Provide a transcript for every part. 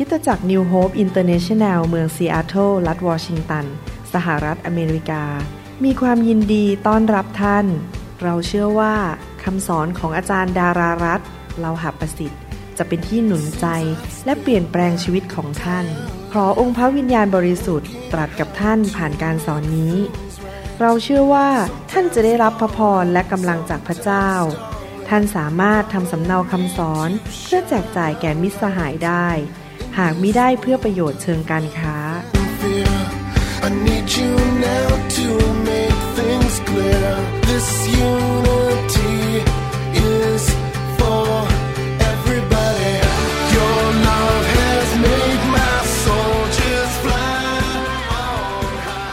ตจักร New Hope International เมืองซีแอตเทิลรัฐวอชิงตันสหรัฐอเมริกามีความยินดีต้อนรับท่านเราเชื่อว่าคำสอนของอาจารย์ดารารัตน์เลาหะประสิทธิ์จะเป็นที่หนุนใจและเปลี่ยนแปลงชีวิตของท่านขอองค์พระวิญญาณบริสุทธิ์ตรัสกับท่านผ่านการสอนนี้เราเชื่อว่าท่านจะได้รับพระพรและกำลังจากพระเจ้าท่านสามารถทำสำเนาคำสอนเพื่อแจกจ่ายแก่มิตรสหายได้หากมิได้เพื่อประโยชน์เชิงการค้า I need you now to make things clear. This unity is for everybody. Your love has made my soldiers fly on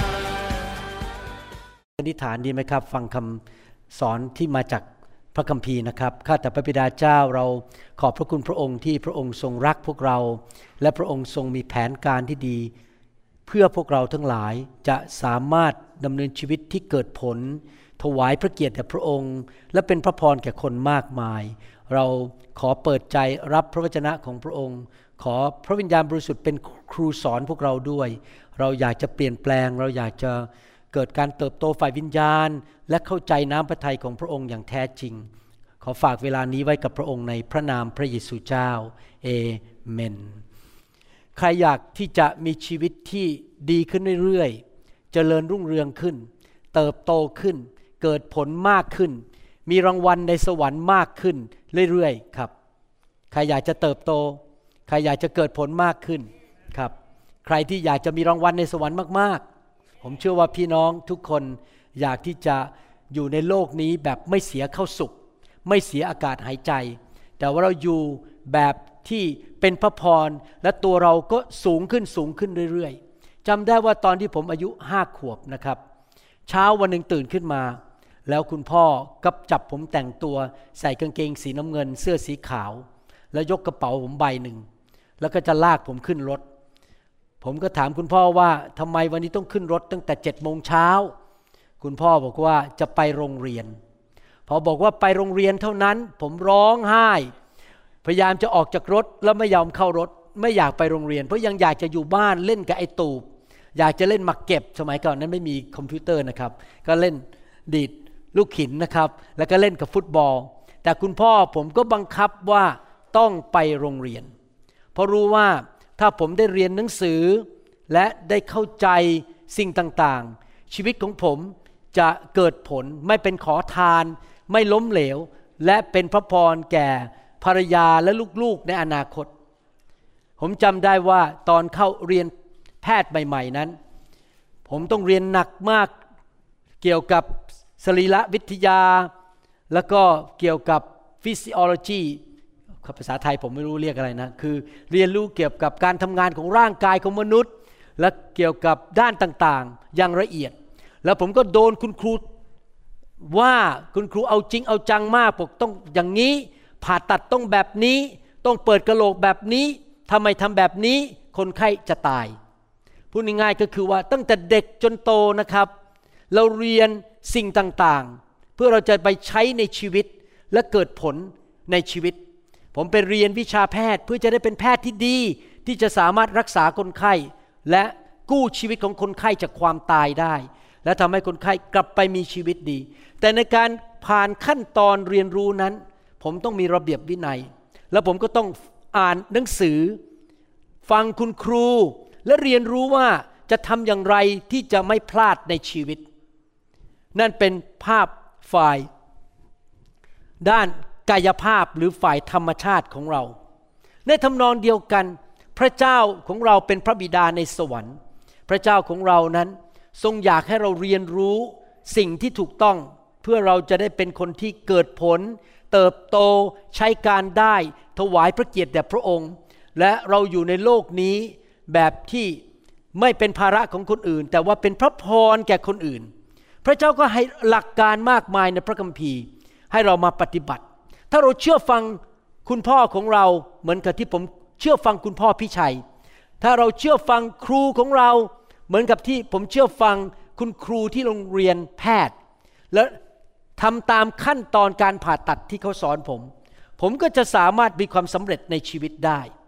high. อธิษฐานดีไหมครับฟังคำสอนที่มาจากพระคัมภีร์นะครับข้าแต่พระบิดาเจ้าเราขอบพระคุณพระองค์ที่พระองค์ทรงรักพวกเราและพระองค์ทรงมีแผนการที่ดีเพื่อพวกเราทั้งหลายจะสามารถดำเนินชีวิตที่เกิดผลถวายพระเกียรติแด่พระองค์และเป็นพระพรแก่คนมากมายเราขอเปิดใจรับพระวจนะของพระองค์ขอพระวิญญาณบริสุทธิ์เป็นครูสอนพวกเราด้วยเราอยากจะเปลี่ยนแปลงเราอยากจะเกิดการเติบโตฝ่ายวิญญาณและเข้าใจน้ำพระทัยของพระองค์อย่างแท้จริงขอฝากเวลานี้ไว้กับพระองค์ในพระนามพระเยซูเจ้าเอเมนใครอยากที่จะมีชีวิตที่ดีขึ้นเรื่อยๆเจริญรุ่งเรืองขึ้นเติบโตขึ้นเกิดผลมากขึ้นมีรางวัลในสวรรค์มากขึ้นเรื่อยๆครับใครอยากจะเติบโตใครอยากจะเกิดผลมากขึ้นครับใครที่อยากจะมีรางวัลในสวรรค์มากๆผมเชื่อว่าพี่น้องทุกคนอยากที่จะอยู่ในโลกนี้แบบไม่เสียเข้าสุขไม่เสียอากาศหายใจแต่ว่าเราอยู่แบบที่เป็นพระพรและตัวเราก็สูงขึ้นเรื่อยๆจำได้ว่าตอนที่ผมอายุ5 ขวบนะครับเช้าวันหนึ่งตื่นขึ้นมาแล้วคุณพ่อก็จับผมแต่งตัวใส่กางเกงสีน้ำเงินเสื้อสีขาวแล้วยกกระเป๋าผมใบหนึ่งแล้วก็จะลากผมขึ้นรถผมก็ถามคุณพ่อว่าทำไมวันนี้ต้องขึ้นรถตั้งแต่7 โมงเช้าคุณพ่อบอกว่าจะไปโรงเรียนพอบอกว่าไปโรงเรียนเท่านั้นผมร้องไห้พยายามจะออกจากรถแล้วไม่ยอมเข้ารถไม่อยากไปโรงเรียนเพราะยังอยากจะอยู่บ้านเล่นกับไอ้ตูบอยากจะเล่นหมากเก็บสมัยก่อนนั้นไม่มีคอมพิวเตอร์นะครับก็เล่นดีดลูกหินนะครับแล้วก็เล่นกับฟุตบอลแต่คุณพ่อผมก็บังคับว่าต้องไปโรงเรียนเพราะรู้ว่าถ้าผมได้เรียนหนังสือและได้เข้าใจสิ่งต่างๆชีวิตของผมจะเกิดผลไม่เป็นขอทานไม่ล้มเหลวและเป็นพระพรแก่ภรรยาและลูกๆในอนาคตผมจำได้ว่าตอนเข้าเรียนแพทย์ใหม่ๆนั้นผมต้องเรียนหนักมากเกี่ยวกับสรีรวิทยาแล้วก็เกี่ยวกับ physiology ภาษาไทยผมไม่รู้เรียกอะไรนะคือเรียนรู้เกี่ยวกับการทำงานของร่างกายของมนุษย์และเกี่ยวกับด้านต่างๆอย่างละเอียดแล้วผมก็โดนคุณครูว่าคุณครูเอาจริงเอาจังมากบอกต้องอย่างนี้ผ่าตัดต้องแบบนี้ต้องเปิดกะโหลกแบบนี้ทำไมทำแบบนี้คนไข้จะตายพูดง่ายๆก็คือว่าตั้งแต่เด็กจนโตนะครับเราเรียนสิ่งต่างๆเพื่อเราจะไปใช้ในชีวิตและเกิดผลในชีวิตผมไปเรียนวิชาแพทย์เพื่อจะได้เป็นแพทย์ที่ดีที่จะสามารถรักษาคนไข้และกู้ชีวิตของคนไข้จากความตายได้และทำให้คนไข้กลับไปมีชีวิตดีแต่ในการผ่านขั้นตอนเรียนรู้นั้นผมต้องมีระเบียบวินัยแล้วผมก็ต้องอ่านหนังสือฟังคุณครูและเรียนรู้ว่าจะทำอย่างไรที่จะไม่พลาดในชีวิตนั่นเป็นภาพฝ่ายด้านกายภาพหรือฝ่ายธรรมชาติของเราในทำนองเดียวกันพระเจ้าของเราเป็นพระบิดาในสวรรค์พระเจ้าของเรานั้นทรงอยากให้เราเรียนรู้สิ่งที่ถูกต้องเพื่อเราจะได้เป็นคนที่เกิดผลเติบโตใช้การได้ถวายพระเกียรติแด่พระองค์และเราอยู่ในโลกนี้แบบที่ไม่เป็นภาระของคนอื่นแต่ว่าเป็นพระพรแก่คนอื่นพระเจ้าก็ให้หลักการมากมายในพระคัมภีร์ให้เรามาปฏิบัติถ้าเราเชื่อฟังคุณพ่อของเราเหมือนกับที่ผมเชื่อฟังคุณพ่อพี่ชัยถ้าเราเชื่อฟังครูของเราเหมือนกับที่ผมเชื่อฟังคุณครูที่โรงเรียนแพทย์และทำตามขั้นตอนการผ่าตัดที่เขาสอนผมก็จะสามารถมีความสำเร็จในชีวิตได้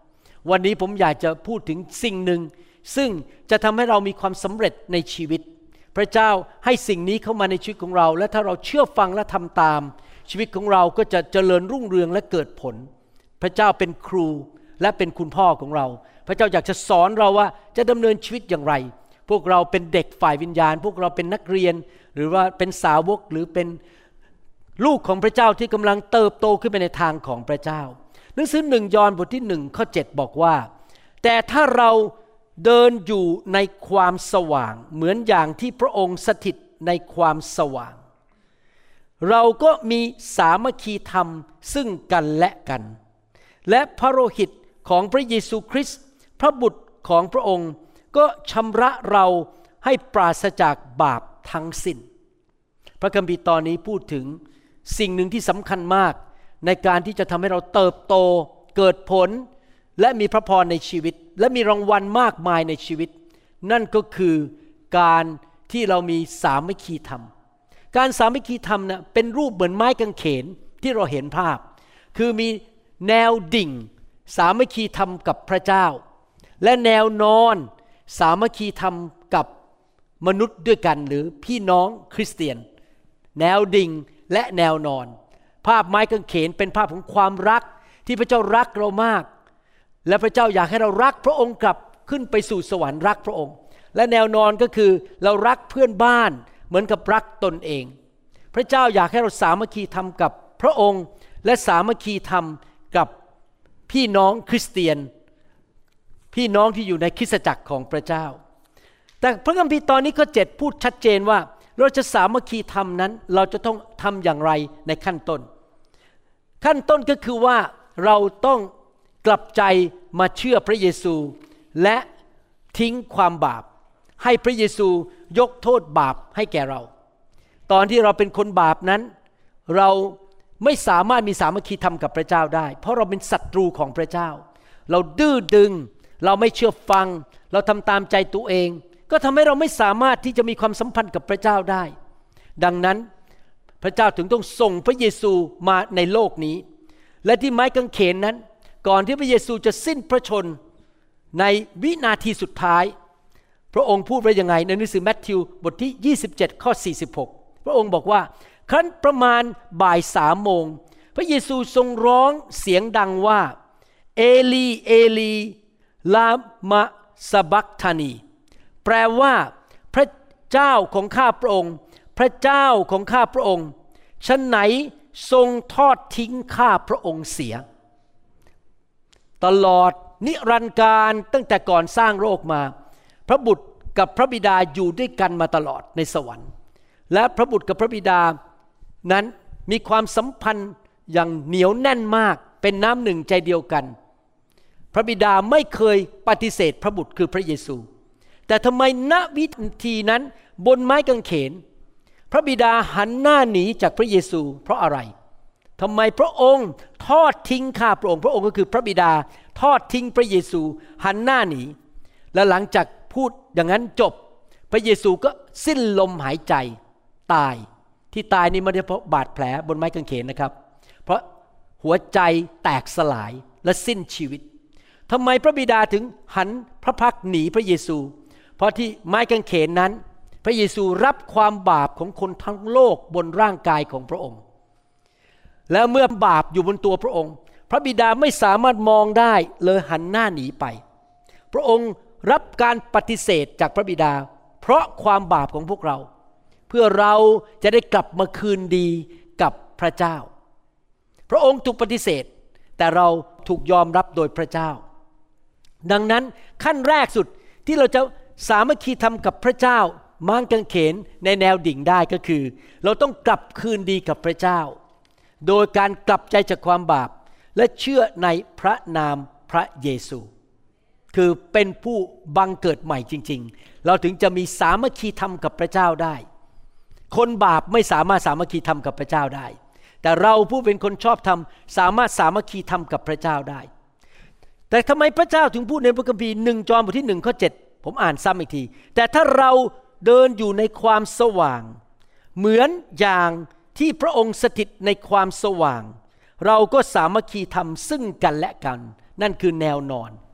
วันนี้ผมอยากจะพูดถึงสิ่งหนึ่งซึ่งจะทำให้เรามีความสำเร็จในชีวิตพระเจ้าให้สิ่งนี้เข้ามาในชีวิตของเราและถ้าเราเชื่อฟังและทำตามชีวิตของเราก็จะเจริญรุ่งเรืองและเกิดผลพระเจ้าเป็นครูและเป็นคุณพ่อของเราพระเจ้าอยากจะสอนเราว่าจะดำเนินชีวิตอย่างไรพวกเราเป็นเด็กฝ่ายวิญญาณพวกเราเป็นนักเรียนหรือว่าเป็นสาวกหรือเป็นลูกของพระเจ้าที่กำลังเติบโตขึ้นไปในทางของพระเจ้าหนังสือ1 ยอห์นบทที่1ข้อ7บอกว่าแต่ถ้าเราเดินอยู่ในความสว่างเหมือนอย่างที่พระองค์สถิตในความสว่างเราก็มีสามัคคีธรรมซึ่งกันและกันและพระโลหิตของพระเยซูคริสต์พระบุตรของพระองค์ก็ชำระเราให้ปราศจากบาปทั้งสิ้นพระคัมภีร์ตอนนี้พูดถึงสิ่งหนึ่งที่สำคัญมากในการที่จะทำให้เราเติบโตเกิดผลและมีพระพรในชีวิตและมีรางวัลมากมายในชีวิตนั่นก็คือการที่เรามีสามัคคีธรรมการสามัคคีธรรมนะเป็นรูปเหมือนไม้กางเขนที่เราเห็นภาพคือมีแนวดิ่งสามัคคีธรรมกับพระเจ้าและแนวนอนสามัคคีธรรมกับมนุษย์ด้วยกันหรือพี่น้องคริสเตียนแนวดิ่งและแนวนอนภาพไม้กางเขนเป็นภาพของความรักที่พระเจ้ารักเรามากและพระเจ้าอยากให้เรารักพระองค์กลับขึ้นไปสู่สวรรค์รักพระองค์และแนวนอนก็คือเรารักเพื่อนบ้านเหมือนกับรักตนเองพระเจ้าอยากให้เราสามัคคีธรรมกับพระองค์และสามัคคีธรรมกับพี่น้องคริสเตียนพี่น้องที่อยู่ในคริสตจักรของพระเจ้าแต่พระคัมภีร์ตอนนี้ข้อ7พูดชัดเจนว่าเราจะสามัคคีธรรมนั้นเราจะต้องทำอย่างไรในขั้นต้นก็คือว่าเราต้องกลับใจมาเชื่อพระเยซูและทิ้งความบาปให้พระเยซูยกโทษบาปให้แก่เราตอนที่เราเป็นคนบาปนั้นเราไม่สามารถมีสามัคคีธรรมกับพระเจ้าได้เพราะเราเป็นศัตรูของพระเจ้าเราดื้อดึงเราไม่เชื่อฟังเราทำตามใจตัวเองก็ทำให้เราไม่สามารถที่จะมีความสัมพันธ์กับพระเจ้าได้ดังนั้นพระเจ้าถึงต้องส่งพระเยซูมาในโลกนี้และที่ไม้กางเขนนั้นก่อนที่พระเยซูจะสิ้นพระชนในวินาทีสุดท้ายพระองค์พูดไว้ยังไงในหนังสือมัทธิวบทที่27ข้อ46พระองค์บอกว่าครั้นประมาณบ่าย3 โมงพระเยซูทรงร้องเสียงดังว่าเอลีเอลีลามะซาบักธานีแปลว่าพระเจ้าของข้าพระองค์พระเจ้าของข้าพระองค์ฉะไหนทรงทอดทิ้งข้าพระองค์เสียตลอดนิรันดร์การตั้งแต่ก่อนสร้างโลกมาพระบุตรกับพระบิดาอยู่ด้วยกันมาตลอดในสวรรค์และพระบุตรกับพระบิดานั้นมีความสัมพันธ์อย่างเหนียวแน่นมากเป็นน้ำหนึ่งใจเดียวกันพระบิดาไม่เคยปฏิเสธพระบุตรคือพระเยซูแต่ทำไมณวินาทีนั้นบนไม้กางเขนพระบิดาหันหน้าหนีจากพระเยซูเพราะอะไรทำไมพระองค์ทอดทิ้งข้าพระองค์พระองค์ก็คือพระบิดาทอดทิ้งพระเยซูหันหน้าหนีและหลังจากพูดอย่างนั้นจบพระเยซูก็สิ้นลมหายใจตายที่ตายนี่ไม่ได้เพราะบาดแผลบนไม้กางเขนนะครับเพราะหัวใจแตกสลายและสิ้นชีวิตทำไมพระบิดาถึงหันพระพักหนีพระเยซูเพราะที่ไม้กางเขนนั้นพระเยซูรับความบาปของคนทั้งโลกบนร่างกายของพระองค์แล้วเมื่อบาปอยู่บนตัวพระองค์พระบิดาไม่สามารถมองได้เลยหันหน้าหนีไปพระองค์รับการปฏิเสธจากพระบิดาเพราะความบาปของพวกเราเพื่อเราจะได้กลับมาคืนดีกับพระเจ้าพระองค์ถูกปฏิเสธแต่เราถูกยอมรับโดยพระเจ้าดังนั้นขั้นแรกสุดที่เราจะสามัคคีธรรมกับพระเจ้าไม้กางเขนในแนวดิ่งได้ก็คือเราต้องกลับคืนดีกับพระเจ้าโดยการกลับใจจากความบาปและเชื่อในพระนามพระเยซูคือเป็นผู้บังเกิดใหม่จริงๆเราถึงจะมีสามัคคีธรรมกับพระเจ้าได้คนบาปไม่สามารถสามัคคีธรรมกับพระเจ้าได้แต่เราผู้เป็นคนชอบธรรมสามารถสามัคคีธรรมกับพระเจ้าได้แต่ทำไมพระเจ้าถึงพูดในพระคัมภีร์1 จอห์นบทที่1ข้อ7ผมอ่านซ้ำอีกทีแต่ถ้าเราเดินอยู่ในความสว่างเหมือนอย่างที่พระองค์สถิตในความสว่างเราก็สามัคคีธรรมซึ่งกันและกันนั่นคือแนวนอน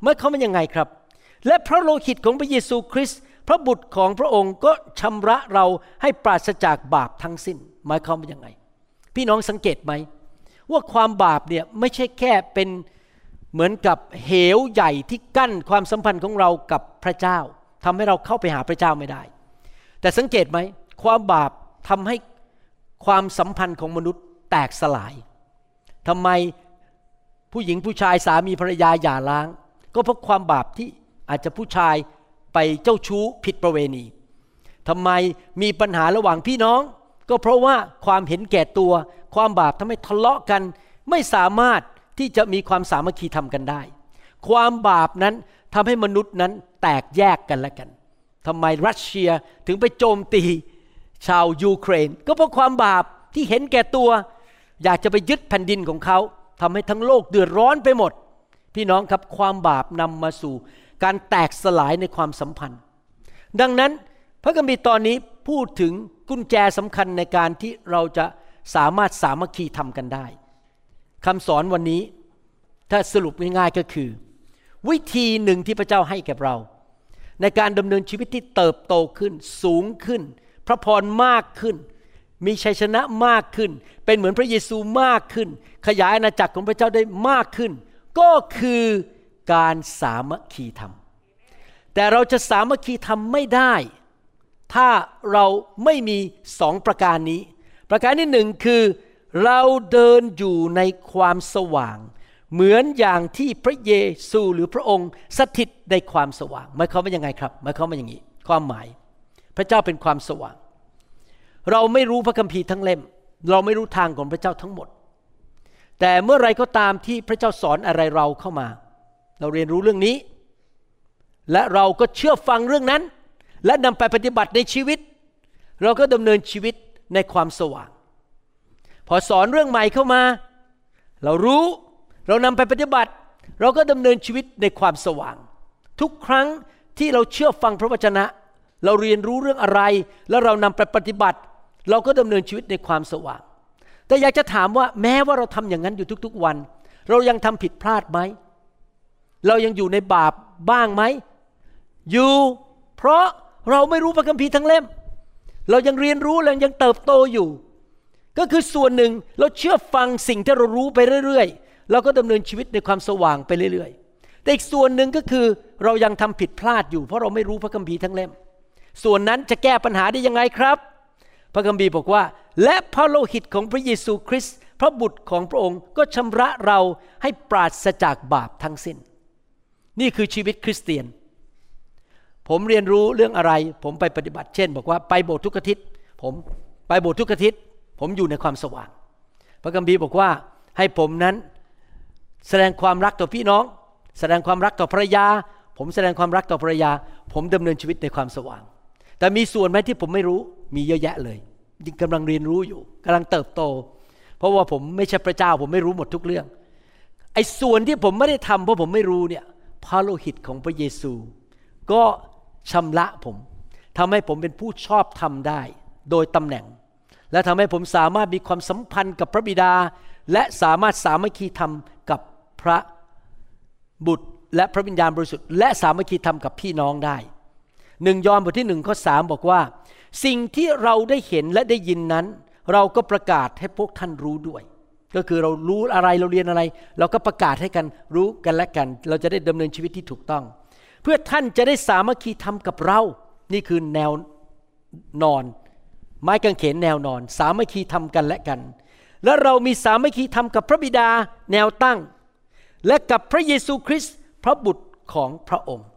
หมายความว่ายังไงครับและพระโลหิตของพระเยซูคริสต์พระบุตรของพระองค์ก็ชำระเราให้ปราศจากบาปทั้งสิ้นหมายความว่ายังไงพี่น้องสังเกตไหมว่าความบาปเนี่ยไม่ใช่แค่เป็นเหมือนกับเหวใหญ่ที่กั้นความสัมพันธ์ของเรากับพระเจ้าทำให้เราเข้าไปหาพระเจ้าไม่ได้แต่สังเกตไหมความบาปทำให้ความสัมพันธ์ของมนุษย์แตกสลายทำไมผู้หญิงผู้ชายสามีภรรยาหย่าร้างก็เพราะความบาปที่อาจจะผู้ชายไปเจ้าชู้ผิดประเวณีทำไมมีปัญหาระหว่างพี่น้องก็เพราะว่าความเห็นแก่ตัวความบาปทำให้ทะเลาะกันไม่สามารถที่จะมีความสามัคคีทำกันได้ความบาปนั้นทำให้มนุษย์นั้นแตกแยกกันและกันทำไมรัสเซียถึงไปโจมตีชาวยูเครนก็เพราะความบาปที่เห็นแก่ตัวอยากจะไปยึดแผ่นดินของเขาทำให้ทั้งโลกเดือดร้อนไปหมดพี่น้องครับความบาปนำมาสู่การแตกสลายในความสัมพันธ์ดังนั้นพระคัมภีร์ตอนนี้พูดถึงกุญแจสำคัญในการที่เราจะสามารถสามัคคีทำกันได้คำสอนวันนี้ถ้าสรุปง่ายๆก็คือวิธีหนึ่งที่พระเจ้าให้แก่เราในการดำเนินชีวิตที่เติบโตขึ้นสูงขึ้นพระพรมากขึ้นมีชัยชนะมากขึ้นเป็นเหมือนพระเยซูมากขึ้นขยายอาณาจักรของพระเจ้าได้มากขึ้นก็คือการสามัคคีธรรมแต่เราจะสามัคคีธรรมไม่ได้ถ้าเราไม่มีสองประการนี้ประการที่หนึ่งคือเราเดินอยู่ในความสว่างเหมือนอย่างที่พระเยซูหรือพระองค์สถิตในความสว่างหมายความว่ายังไงครับหมายความว่าอย่างนี้ความหมายพระเจ้าเป็นความสว่างเราไม่รู้พระคัมภีร์ทั้งเล่มเราไม่รู้ทางของพระเจ้าทั้งหมดแต่เมื่อไรก็ตามที่พระเจ้าสอนอะไรเราเข้ามาเราเรียนรู้เรื่องนี้และเราก็เชื่อฟังเรื่องนั้นและนำไปปฏิบัติในชีวิตเราก็ดำเนินชีวิตในความสว่างพอสอนเรื่องใหม่เข้ามาเรารู้เรานำไปปฏิบัติเราก็ดำเนินชีวิตในความสว่างทุกครั้งที่เราเชื่อฟังพระวจนะเราเรียนรู้เรื่องอะไรแล้วเรานำไปปฏิบัติเราก็ดำเนินชีวิตในความสว่างแต่อยากจะถามว่าแม้ว่าเราทำอย่างนั้นอยู่ทุกๆวันเรายังทำผิดพลาดไหมเรายังอยู่ในบาปบ้างไหมอยู่เพราะเราไม่รู้พระคัมภีร์ทั้งเล่มเรายังเรียนรู้และยังเติบโตอยู่ก็คือส่วนหนึ่งเราเชื่อฟังสิ่งที่เรารู้ไปเรื่อยๆเราก็ดำเนินชีวิตในความสว่างไปเรื่อยๆแต่อีกส่วนหนึ่งก็คือเรายังทำผิดพลาดอยู่เพราะเราไม่รู้พระคัมภีร์ทั้งเล่มส่วนนั้นจะแก้ปัญหาได้ยังไงครับพระคัมภีร์บอกว่าและพระโลหิตของพระเยซูคริสต์พระบุตรของพระองค์ก็ชำระเราให้ปราศจากบาปทั้งสิ้นนี่คือชีวิตคริสเตียนผมเรียนรู้เรื่องอะไรผมไปปฏิบัติเช่นบอกว่าไปโบสถ์ทุกอาทิตย์ผมไปโบสถ์ทุกอาทิตย์ผมอยู่ในความสว่างพระคัมภีร์บอกว่าให้ผมนั้นแสดงความรักต่อพี่น้องแสดงความรักต่อภรรยาผมแสดงความรักต่อภรรยาผมดำเนินชีวิตในความสว่างแต่มีส่วนไหมที่ผมไม่รู้มีเยอะแยะเลยกำลังเรียนรู้อยู่กำลังเติบโตเพราะว่าผมไม่ใช่พระเจ้าผมไม่รู้หมดทุกเรื่องไอ้ส่วนที่ผมไม่ได้ทำเพราะผมไม่รู้เนี่ยพระโลหิตของพระเยซูก็ชำระผมทำให้ผมเป็นผู้ชอบธรรมได้โดยตำแหน่งและทำให้ผมสามารถมีความสัมพันธ์กับพระบิดาและสามารถสามัคคีธรรมกับพระบุตรและพระวิญญาณบริสุทธิ์และสามัคคีธรรมกับพี่น้องได้1 ยอห์นบทที่1ข้อ3บอกว่าสิ่งที่เราได้เห็นและได้ยินนั้นเราก็ประกาศให้พวกท่านรู้ด้วยก็คือเรารู้อะไรเราเรียนอะไรเราก็ประกาศให้กันรู้กันและกันเราจะได้ดำเนินชีวิตที่ถูกต้องเพื่อท่านจะได้สามัคคีธรรมกับเรานี่คือแนวนอนไม้กางเขนแนวนอนสามัคคีธรรมกันและกันและเรามีสามัคคีธรรมกับพระบิดาแนวตั้งและกับพระเยซูคริสต์พระบุตรของพระองค์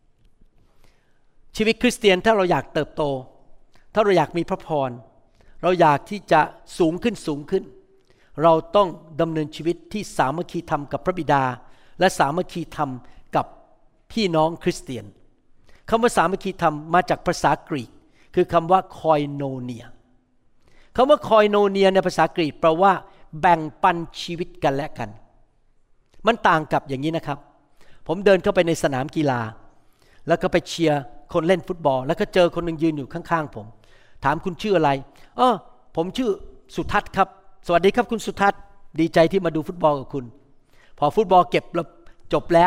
ชีวิตคริสเตียนถ้าเราอยากเติบโตถ้าเราอยากมีพระพรเราอยากที่จะสูงขึ้นเราต้องดำเนินชีวิตที่สามัคคีธรรมกับพระบิดาและสามัคคีธรรมกับพี่น้องคริสเตียนคำว่าสามัคคีธรรมมาจากภาษากรีกคือคำว่าคอยโนเนียคำว่าคอยโนเนียในภาษากรีกแปลว่าแบ่งปันชีวิตกันและกันมันต่างกับอย่างนี้นะครับผมเดินเข้าไปในสนามกีฬาแล้วก็ไปเชียร์คนเล่นฟุตบอลแล้วก็เจอคนนึงยืนอยู่ข้างๆผมถามคุณชื่ออะไรผมชื่อสุทัศน์ครับสวัสดีครับคุณสุทัศน์ดีใจที่มาดูฟุตบอลกับคุณพอฟุตบอลเก็บจบแล้ว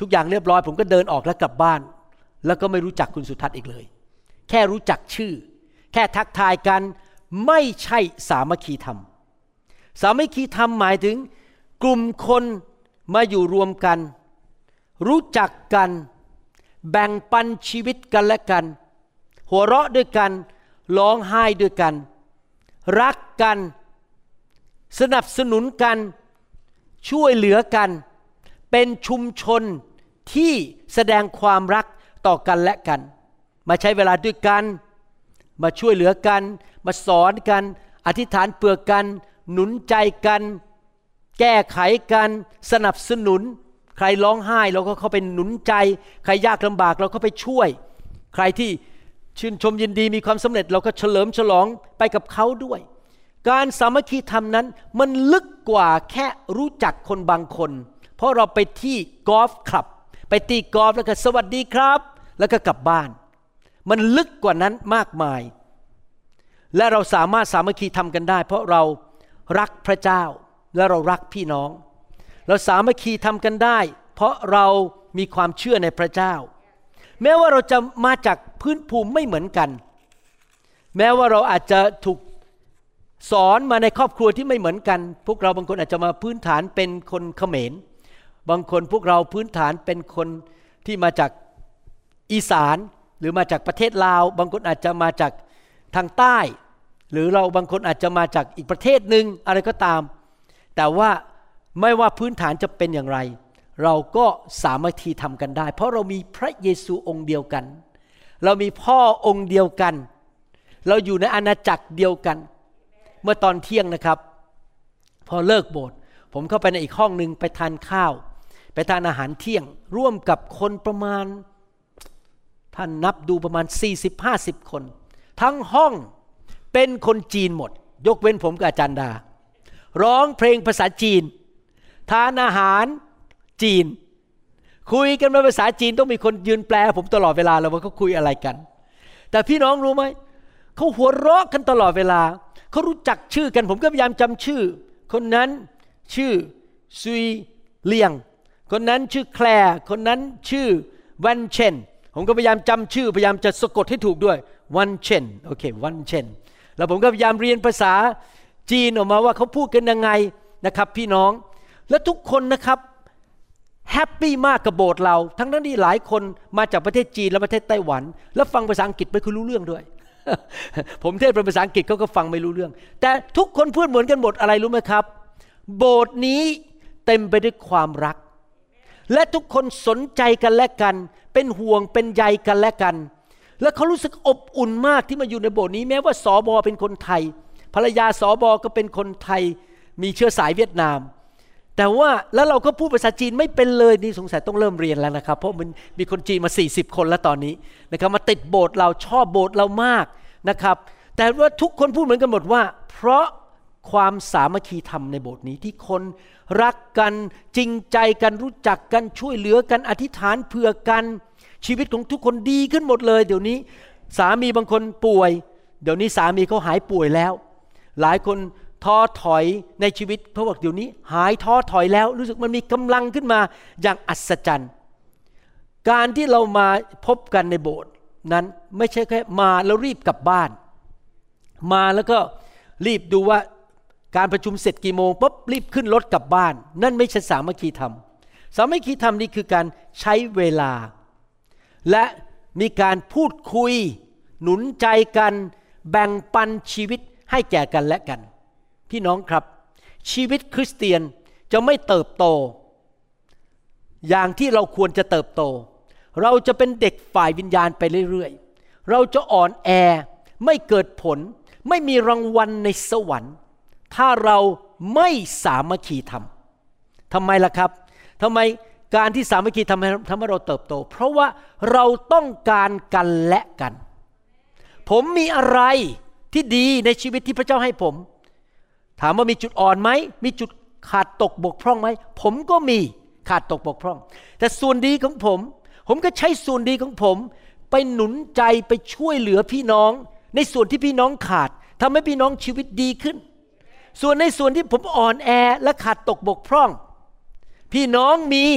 ทุกอย่างเรียบร้อยผมก็เดินออกแล้วกลับบ้านแล้วก็ไม่รู้จักคุณสุทัศน์อีกเลยแค่รู้จักชื่อแค่ทักทายกันไม่ใช่สามัคคีธรรมสามัคคีธรรมหมายถึงกลุ่มคนมาอยู่รวมกันรู้จักกันแบ่งปันชีวิตกันและกันหัวเราะด้วยกันร้องไห้ด้วยกันรักกันสนับสนุนกันช่วยเหลือกันเป็นชุมชนที่แสดงความรักต่อกันและกันมาใช้เวลาด้วยกันมาช่วยเหลือกันมาสอนกันอธิษฐานเผื่อกันหนุนใจกันแก้ไขกันสนับสนุนใครร้องไห้เราก็เข้าไปหนุนใจใครยากลำบากเราก็ไปช่วยใครที่ชื่นชมยินดีมีความสำเร็จเราก็เฉลิมฉลองไปกับเขาด้วยการสามัคคีธรรมนั้นมันลึกกว่าแค่รู้จักคนบางคนเพราะเราไปที่กอล์ฟคลับไปตีกอล์ฟแล้วก็สวัสดีครับแล้วก็กลับบ้านมันลึกกว่านั้นมากมายและเราสามารถสามัคคีธรรมกันได้เพราะเรารักพระเจ้าและเรารักพี่น้องเราสามัคคีธรรมกันได้เพราะเรามีความเชื่อในพระเจ้าแม้ว่าเราจะมาจากพื้นภูมิไม่เหมือนกันแม้ว่าเราอาจจะถูกสอนมาในครอบครัวที่ไม่เหมือนกันพวกเราบางคนอาจจะมาพื้นฐานเป็นคนเขมรบางคนพวกเราพื้นฐานเป็นคนที่มาจากอีสานหรือมาจากประเทศลาวบางคนอาจจะมาจากทางใต้หรือเราบางคนอาจจะมาจากอีกประเทศนึงอะไรก็ตามแต่ว่าไม่ว่าพื้นฐานจะเป็นอย่างไรเราก็สามัคคีทำกันได้เพราะเรามีพระเยซูองค์เดียวกันเรามีพ่อองค์เดียวกันเราอยู่ในอาณาจักรเดียวกันเมื่อตอนเที่ยงนะครับพอเลิกโบสถ์ผมเข้าไปในอีกห้องนึงไปทานข้าวไปทานอาหารเที่ยงร่วมกับคนประมาณท่านนับดูประมาณ 40-50 คนทั้งห้องเป็นคนจีนหมดยกเว้นผมกับอาจารย์ดาร้องเพลงภาษาจีนทานอาหารจีนคุยกันเป็นภาษาจีนต้องมีคนยืนแปลผมตลอดเวลาเลยว่าเขาคุยอะไรกันแต่พี่น้องรู้ไหมเขาหัวเราะกันตลอดเวลาเขารู้จักชื่อกันผมก็พยายามจำชื่อคนนั้นชื่อซุยเลียงคนนั้นชื่อแคลร์คนนั้นชื่อวันเชนผมก็พยายามจำชื่อพยายามจะสะกดให้ถูกด้วยวันเชนโอเควันเชนแล้วผมก็พยายามเรียนภาษาจีนออกมาว่าเขาพูดกันยังไงนะครับพี่น้องและทุกคนนะครับแฮปปี้มากกับโบสถ์เราทั้งนั้นที่หลายคนมาจากประเทศจีนและประเทศไต้หวันแล้วฟังภาษาอังกฤษไม่ค่อยรู้เรื่องด้วย ผมเทศเป็นภาษาอังกฤษเขาก็ฟังไม่รู้เรื่องแต่ทุกคนพูดเหมือนกันหมดอะไรรู้ไหมครับโบสถ์นี้เต็มไปด้วยความรักและทุกคนสนใจกันและกันเป็นห่วงเป็นใยกันและกันและเขารู้สึกอบอุ่นมากที่มาอยู่ในโบสถ์นี้แม้ว่าสบเป็นคนไทยภรรยาสบก็เป็นคนไทยมีเชื้อสายเวียดนามแต่ว่าแล้วเราก็พูดภาษาจีนไม่เป็นเลยนี่สงสัยต้องเริ่มเรียนแล้วนะครับเพราะมันมีคนจีนมา40คนแล้วตอนนี้นะครับมาติดโบสถ์เราชอบโบสถ์เรามากนะครับแต่ว่าทุกคนพูดเหมือนกันหมดว่าเพราะความสามัคคีธรรมในโบสถ์นี้ที่คนรักกันจริงใจกันรู้จักกันช่วยเหลือกันอธิษฐานเผื่อกันชีวิตของทุกคนดีขึ้นหมดเลยเดี๋ยวนี้สามีบางคนป่วยเดี๋ยวนี้สามีเขาหายป่วยแล้วหลายคนท้อถอยในชีวิตเพราะว่าเดี๋ยวนี้หายท้อถอยแล้วรู้สึกมันมีกำลังขึ้นมาอย่างอัศจรรย์การที่เรามาพบกันในโบสถ์นั้นไม่ใช่แค่มาแล้วรีบกลับบ้านมาแล้วก็รีบดูว่าการประชุมเสร็จกี่โมงปุ๊บรีบขึ้นรถกลับบ้านนั่นไม่ใช่สามัคคีธรรมสามัคคีธรรมนี่คือการใช้เวลาและมีการพูดคุยหนุนใจกันแบ่งปันชีวิตให้แก่กันและกันพี่น้องครับชีวิตคริสเตียนจะไม่เติบโตอย่างที่เราควรจะเติบโตเราจะเป็นเด็กฝ่ายวิญญาณไปเรื่อยๆเราจะอ่อนแอไม่เกิดผลไม่มีรางวัลในสวรรค์ถ้าเราไม่สามัคคีธรรมทำไมล่ะครับทำไมการที่สามัคคีทำให้เราเติบโตเพราะว่าเราต้องการกันและกันผมมีอะไรที่ดีในชีวิตที่พระเจ้าให้ผมถามว่ามีจุดอ่อนไหมมีจุดขาดตกบกพร่องไหมผมก็มีขาดตกบกพร่องแต่ส่วนดีของผมก็ใช้ส่วนดีของผมไปหนุนใจไปช่วยเหลือพี่น้องในส่วนที่พี่น้องขาดทำให้พี่น้องชีวิตดีขึ้นส่วนในส่วนที่ผมอ่อนแอและขาดตกบกพร่องพี่น้องมี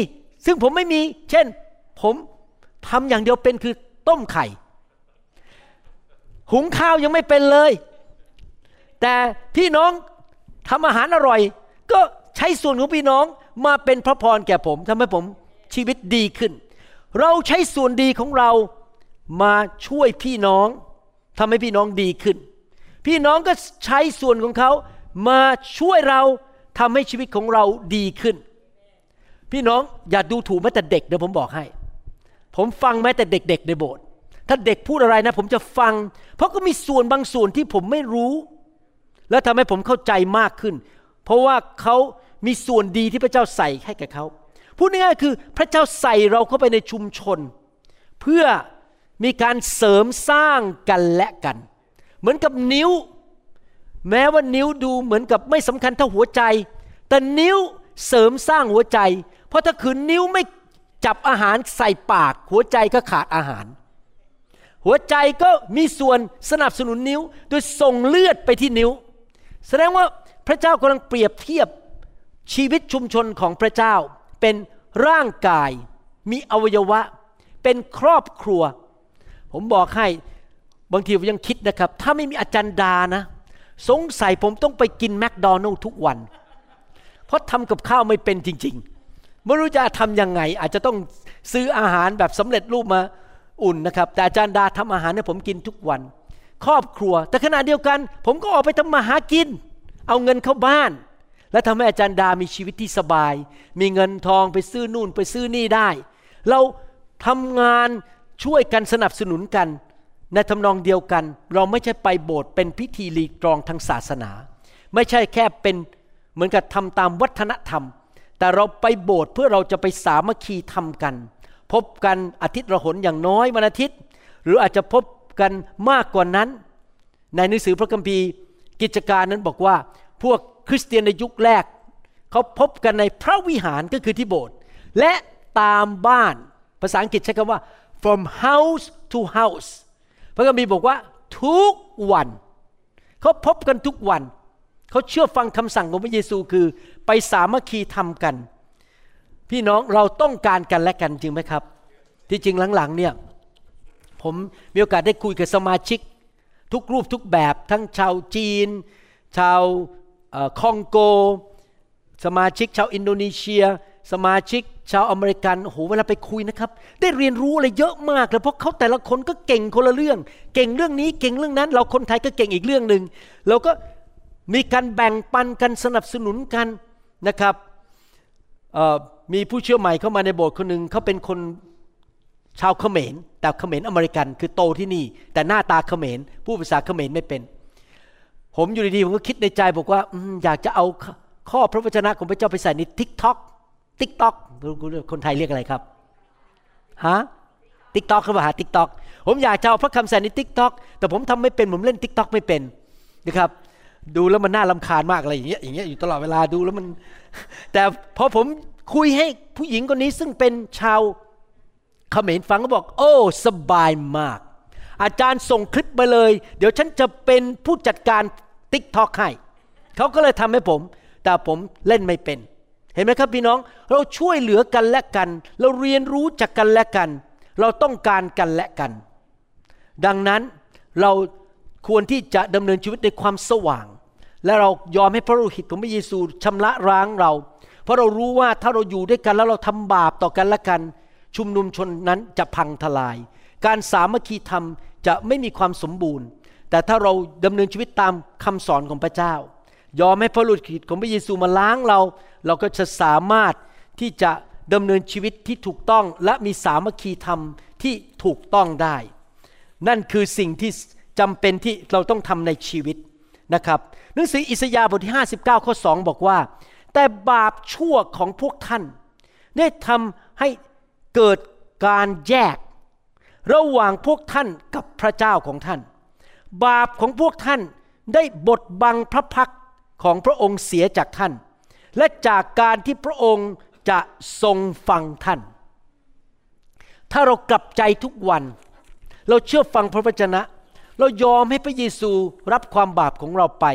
ซึ่งผมไม่มีเช่นผมทำอย่างเดียวเป็นคือต้มไข่หุงข้าวยังไม่เป็นเลยแต่พี่น้องทำอาหารอร่อยก็ใช้ส่วนของพี่น้องมาเป็นพระพรแก่ผมทำให้ผมชีวิตดีขึ้นเราใช้ส่วนดีของเรามาช่วยพี่น้องทำให้พี่น้องดีขึ้นพี่น้องก็ใช้ส่วนของเขามาช่วยเราทำให้ชีวิตของเราดีขึ้นพี่น้องอย่าดูถูกแม้แต่เด็กเดี๋ยวผมบอกให้ผมฟังแม้แต่เด็กๆในโบสถ์ถ้าเด็กพูดอะไรนะผมจะฟังเพราะก็มีส่วนบางส่วนที่ผมไม่รู้และทำให้ผมเข้าใจมากขึ้นเพราะว่าเขามีส่วนดีที่พระเจ้าใส่ให้แก่เขาพูดง่ายๆคือพระเจ้าใส่เราเข้าไปในชุมชนเพื่อมีการเสริมสร้างกันและกันเหมือนกับนิ้วแม้ว่านิ้วดูเหมือนกับไม่สำคัญเท่าหัวใจแต่นิ้วเสริมสร้างหัวใจเพราะถ้าขืนนิ้วไม่จับอาหารใส่ปากหัวใจก็ขาดอาหารหัวใจก็มีส่วนสนับสนุนนิ้วโดยส่งเลือดไปที่นิ้วแสดงว่าพระเจ้ากำลังเปรียบเทียบชีวิตชุมชนของพระเจ้าเป็นร่างกายมีอวัยวะเป็นครอบครัวผมบอกให้บางทีผมยังคิดนะครับถ้าไม่มีอาจารย์ดานะสงสัยผมต้องไปกินแมคโดนัลด์ทุกวันเพราะทำกับข้าวไม่เป็นจริงๆไม่รู้จะทำยังไงอาจจะต้องซื้ออาหารแบบสำเร็จรูปมาอุ่นนะครับแต่อาจารย์ดาทำอาหารให้ผมกินทุกวันครอบครัวแต่ขณะเดียวกันผมก็ออกไปทำมาหากินเอาเงินเข้าบ้านและทำให้อาจารย์ดามีชีวิตที่สบายมีเงินทองไปซื้อนู่นไปซื้อนี่ได้เราทำงานช่วยกันสนับสนุนกันในทำนองเดียวกันเราไม่ใช่ไปโบสถ์เป็นพิธีรีตรองทางศาสนาไม่ใช่แค่เป็นเหมือนกับทำตามวัฒนธรรมแต่เราไปโบสถ์เพื่อเราจะไปสามัคคีทำกันพบกันอาทิตย์ละหนอย่างน้อยวันอาทิตย์หรืออาจจะพบกันมากกว่านั้นในหนังสือพระคัมภีร์กิจการนั้นบอกว่าพวกคริสเตียนในยุคแรกเขาพบกันในพระวิหารก็คือที่โบสถ์และตามบ้านภาษาอังกฤษใช้คำว่า from house to house พระคัมภีร์บอกว่าทุกวันเขาพบกันทุกวันเขาเชื่อฟังคำสั่งของพระเยซูคือไปสามัคคีทำกันพี่น้องเราต้องการกันและกันจริงไหมครับที่จริงหลังๆเนี่ยผมมีโอกาสได้คุยกับสมาชิกทุกรูปทุกแบบทั้งชาวจีนชาวคองโกสมาชิกชาวอินโดนีเซียสมาชิกชาวอเมริกันโอ้โหเวลาไปคุยนะครับได้เรียนรู้อะไรเยอะมากเลยเพราะเขาแต่ละคนก็เก่งคนละเรื่องเก่งเรื่องนี้เก่งเรื่องนั้นเราคนไทยก็เก่งอีกเรื่องนึงเราก็มีการแบ่งปันกันสนับสนุนกันนะครับมีผู้เชื่อใหม่เข้ามาในโบสถ์คนนึงเขาเป็นคนชาวเขมรแต่เขมรอเมริกันคือโตที่นี่แต่หน้าตาเขมรพูดภาษาเขมรไม่เป็นผมอยู่ดีๆผมก็คิดในใจบอกว่าอยากจะเอาข้อพระวจนะของพระเจ้าไปใส่ใน TikTok คนไทยเรียกอะไรครับฮะ TikTok เขาบอกหา TikTok ผมอยากจะเอาพระคำใส่ใน TikTok แต่ผมทำไม่เป็นผมเล่น TikTok ไม่เป็นนะครับดูแล้วมันน่ารำคาญมากอะไรอย่างเงี้ยอยู่ตลอดเวลาดูแล้วมันแต่พอผมคุยให้ผู้หญิงคนนี้ซึ่งเป็นชาวเขมรฟังก็บอกโอ้สบายมากอาจารย์ส่งคลิปไปเลยเดี๋ยวฉันจะเป็นผู้จัดการ TikTok ให้เขาก็เลยทำให้ผมแต่ผมเล่นไม่เป็นเห็นไหมครับพี่น้องเราช่วยเหลือกันและกันเราเรียนรู้จากกันและกันเราต้องการกันและกันดังนั้นเราควรที่จะดำเนินชีวิตในความสว่างและเรายอมให้พระโลหิตของพระเยซูชำระล้างเราเพราะเรารู้ว่าถ้าเราอยู่ด้วยกันแล้วเราทำบาปต่อกันและกันชุมนุมชนนั้นจะพังทลายการสามัคคีธรรมจะไม่มีความสมบูรณ์แต่ถ้าเราดำเนินชีวิตตามคำสอนของพระเจ้ายอมให้พระโลหิตของพระเยซูมาล้างเราก็จะสามารถที่จะดำเนินชีวิตที่ถูกต้องและมีสามัคคีธรรมที่ถูกต้องได้นั่นคือสิ่งที่จำเป็นที่เราต้องทำในชีวิตนะครับหนังสืออิสยาห์บทที่59ข้อ2บอกว่าแต่บาปชั่วของพวกท่านได้ทำให้เกิดการแยกระหว่างพวกท่านกับพระเจ้าของท่านบาปของพวกท่านได้บดบังพระพักตร์ของพระองค์เสียจากท่านและจากการที่พระองค์จะทรงฟังท่านถ้าเรากลับใจทุกวันเราเชื่อฟังพระวจนะเรายอมให้พระเยซูรับความบาปของเราไป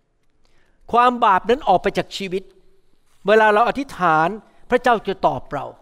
ความบาปนั้นออกไปจากชีวิตเวลาเราอธิษฐานพระเจ้าจะตอบเรา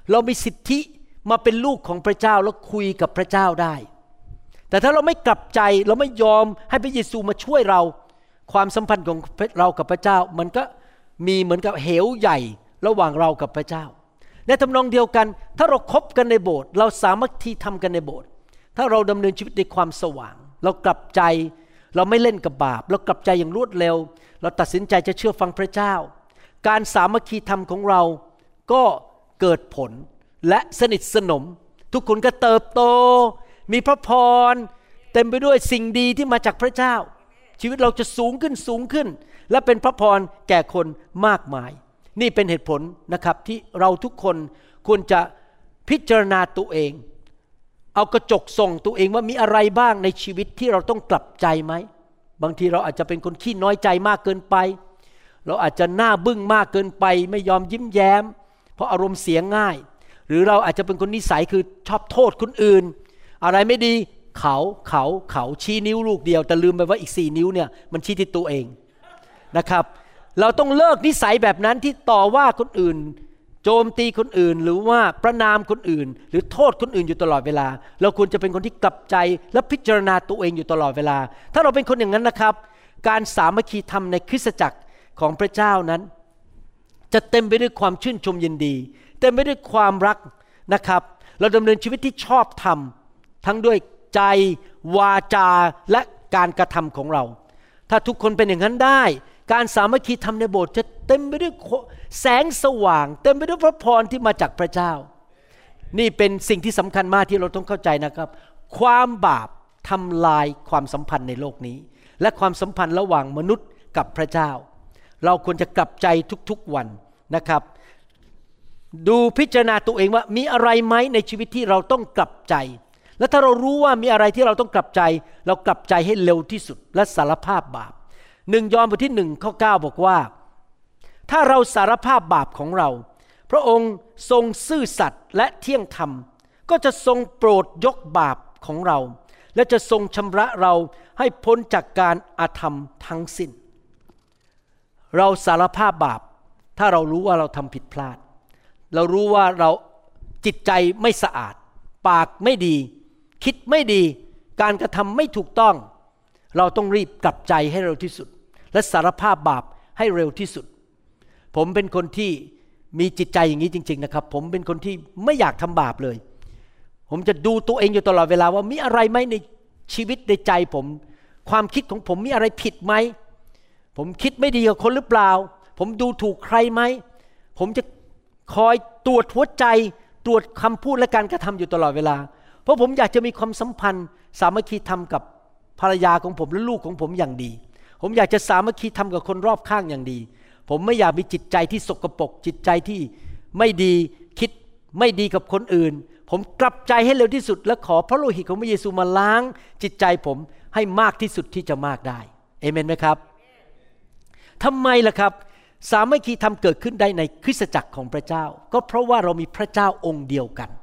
เรามีสิทธิมาเป็นลูกของพระเจ้าแล้วคุยกับพระเจ้าได้แต่ถ้าเราไม่กลับใจเราไม่ยอมให้พระเยซูมาช่วยเราความสัมพันธ์ของเรากับพระเจ้ามันก็มีเหมือนกับเหวใหญ่ระหว่างเรากับพระเจ้าในทำนองเดียวกันถ้าเราคบกันในโบสถ์เราสามัคคีทำกันในโบสถ์ถ้าเราดำเนินชีวิตในความสว่างเรากลับใจเราไม่เล่นกับบาปเรากลับใจอย่างรวดเร็วเราตัดสินใจจะเชื่อฟังพระเจ้าการสามัคคีธรรมของเราก็เกิดผลและสนิทสนมทุกคนก็เติบโตมีพระพรเต็มไปด้วยสิ่งดีที่มาจากพระเจ้าชีวิตเราจะสูงขึ้นและเป็นพระพรแก่คนมากมายนี่เป็นเหตุผลนะครับที่เราทุกคนควรจะพิจารณาตัวเองเอากระจกส่องตัวเองว่ามีอะไรบ้างในชีวิตที่เราต้องกลับใจไหมบางทีเราอาจจะเป็นคนขี้น้อยใจมากเกินไปเราอาจจะหน้าบึ้งมากเกินไปไม่ยอมยิ้มแย้มเพราะอารมณ์เสียง่ายหรือเราอาจจะเป็นคนนิสัยคือชอบโทษคนอื่นอะไรไม่ดีเขาชี้นิ้วลูกเดียวแต่ลืมไปว่าอีก4นิ้วเนี่ยมันชี้ที่ตัวเองนะครับเราต้องเลิกนิสัยแบบนั้นที่ต่อว่าคนอื่นโจมตีคนอื่นหรือว่าประณามคนอื่นหรือโทษคนอื่นอยู่ตลอดเวลาเราควรจะเป็นคนที่กลับใจและพิจารณาตัวเองอยู่ตลอดเวลาถ้าเราเป็นคนอย่างนั้นนะครับการสามัคคีธรรมในคริสตจักรของพระเจ้านั้นจะเต็มไปด้วยความชื่นชมยินดีเต็มไปด้วยความรักนะครับเราดำเนินชีวิตที่ชอบธรรมทั้งด้วยใจวาจาและการกระทำของเราถ้าทุกคนเป็นอย่างนั้นได้การสามัคคีธรรมในโบสถ์จะเต็มไปด้วยแสงสว่างเต็มไปด้วยพระพรที่มาจากพระเจ้านี่เป็นสิ่งที่สำคัญมากที่เราต้องเข้าใจนะครับความบาปทำลายความสัมพันธ์ในโลกนี้และความสัมพันธ์ระหว่างมนุษย์กับพระเจ้าเราควรจะกลับใจทุกๆวันนะครับดูพิจารณาตัวเองว่ามีอะไรไหมในชีวิตที่เราต้องกลับใจและถ้าเรารู้ว่ามีอะไรที่เราต้องกลับใจเรากลับใจให้เร็วที่สุดและสารภาพบาป1 ยอห์นบทที่1ข้อ9บอกว่าถ้าเราสารภาพบาปของเราพระองค์ทรงซื่อสัตย์และเที่ยงธรรมก็จะทรงโปรดยกบาปของเราและจะทรงชำระเราให้พ้นจากการอาธรรมทั้งสิ้นเราสารภาพบาปถ้าเรารู้ว่าเราทำผิดพลาดเรารู้ว่าเราจิตใจไม่สะอาดปากไม่ดีคิดไม่ดีการกระทำไม่ถูกต้องเราต้องรีบกลับใจให้เร็วที่สุดและสารภาพบาปให้เร็วที่สุดผมเป็นคนที่มีจิตใจอย่างนี้จริงๆนะครับผมเป็นคนที่ไม่อยากทำบาปเลยผมจะดูตัวเองอยู่ตลอดเวลาว่ามีอะไรไหมในชีวิตในใจผมความคิดของผมมีอะไรผิดไหมผมคิดไม่ดีกับคนหรือเปล่าผมดูถูกใครไหมผมจะคอยตรวจหัวใจตรวจคำพูดและการกระทำอยู่ตลอดเวลาเพราะผมอยากจะมีความสัมพันธ์สามัคคีธรรมกับภรรยาของผมและลูกของผมอย่างดีผมอยากจะสามัคคีธรรมกับคนรอบข้างอย่างดีผมไม่อยากมีจิตใจที่สกปรกจิตใจที่ไม่ดีคิดไม่ดีกับคนอื่นผมกลับใจให้เร็วที่สุดและขอพระโลหิตของพระเยซูมาล้างจิตใจผมให้มากที่สุดที่จะมากได้เอเมนไหมครับทำไมล่ะครับสามัคคีธรรมเกิดขึ้นได้ในคริสตจักรของพระเจ้าก็เพราะว่าเรามีพระเจ้าองค์เดียวกัน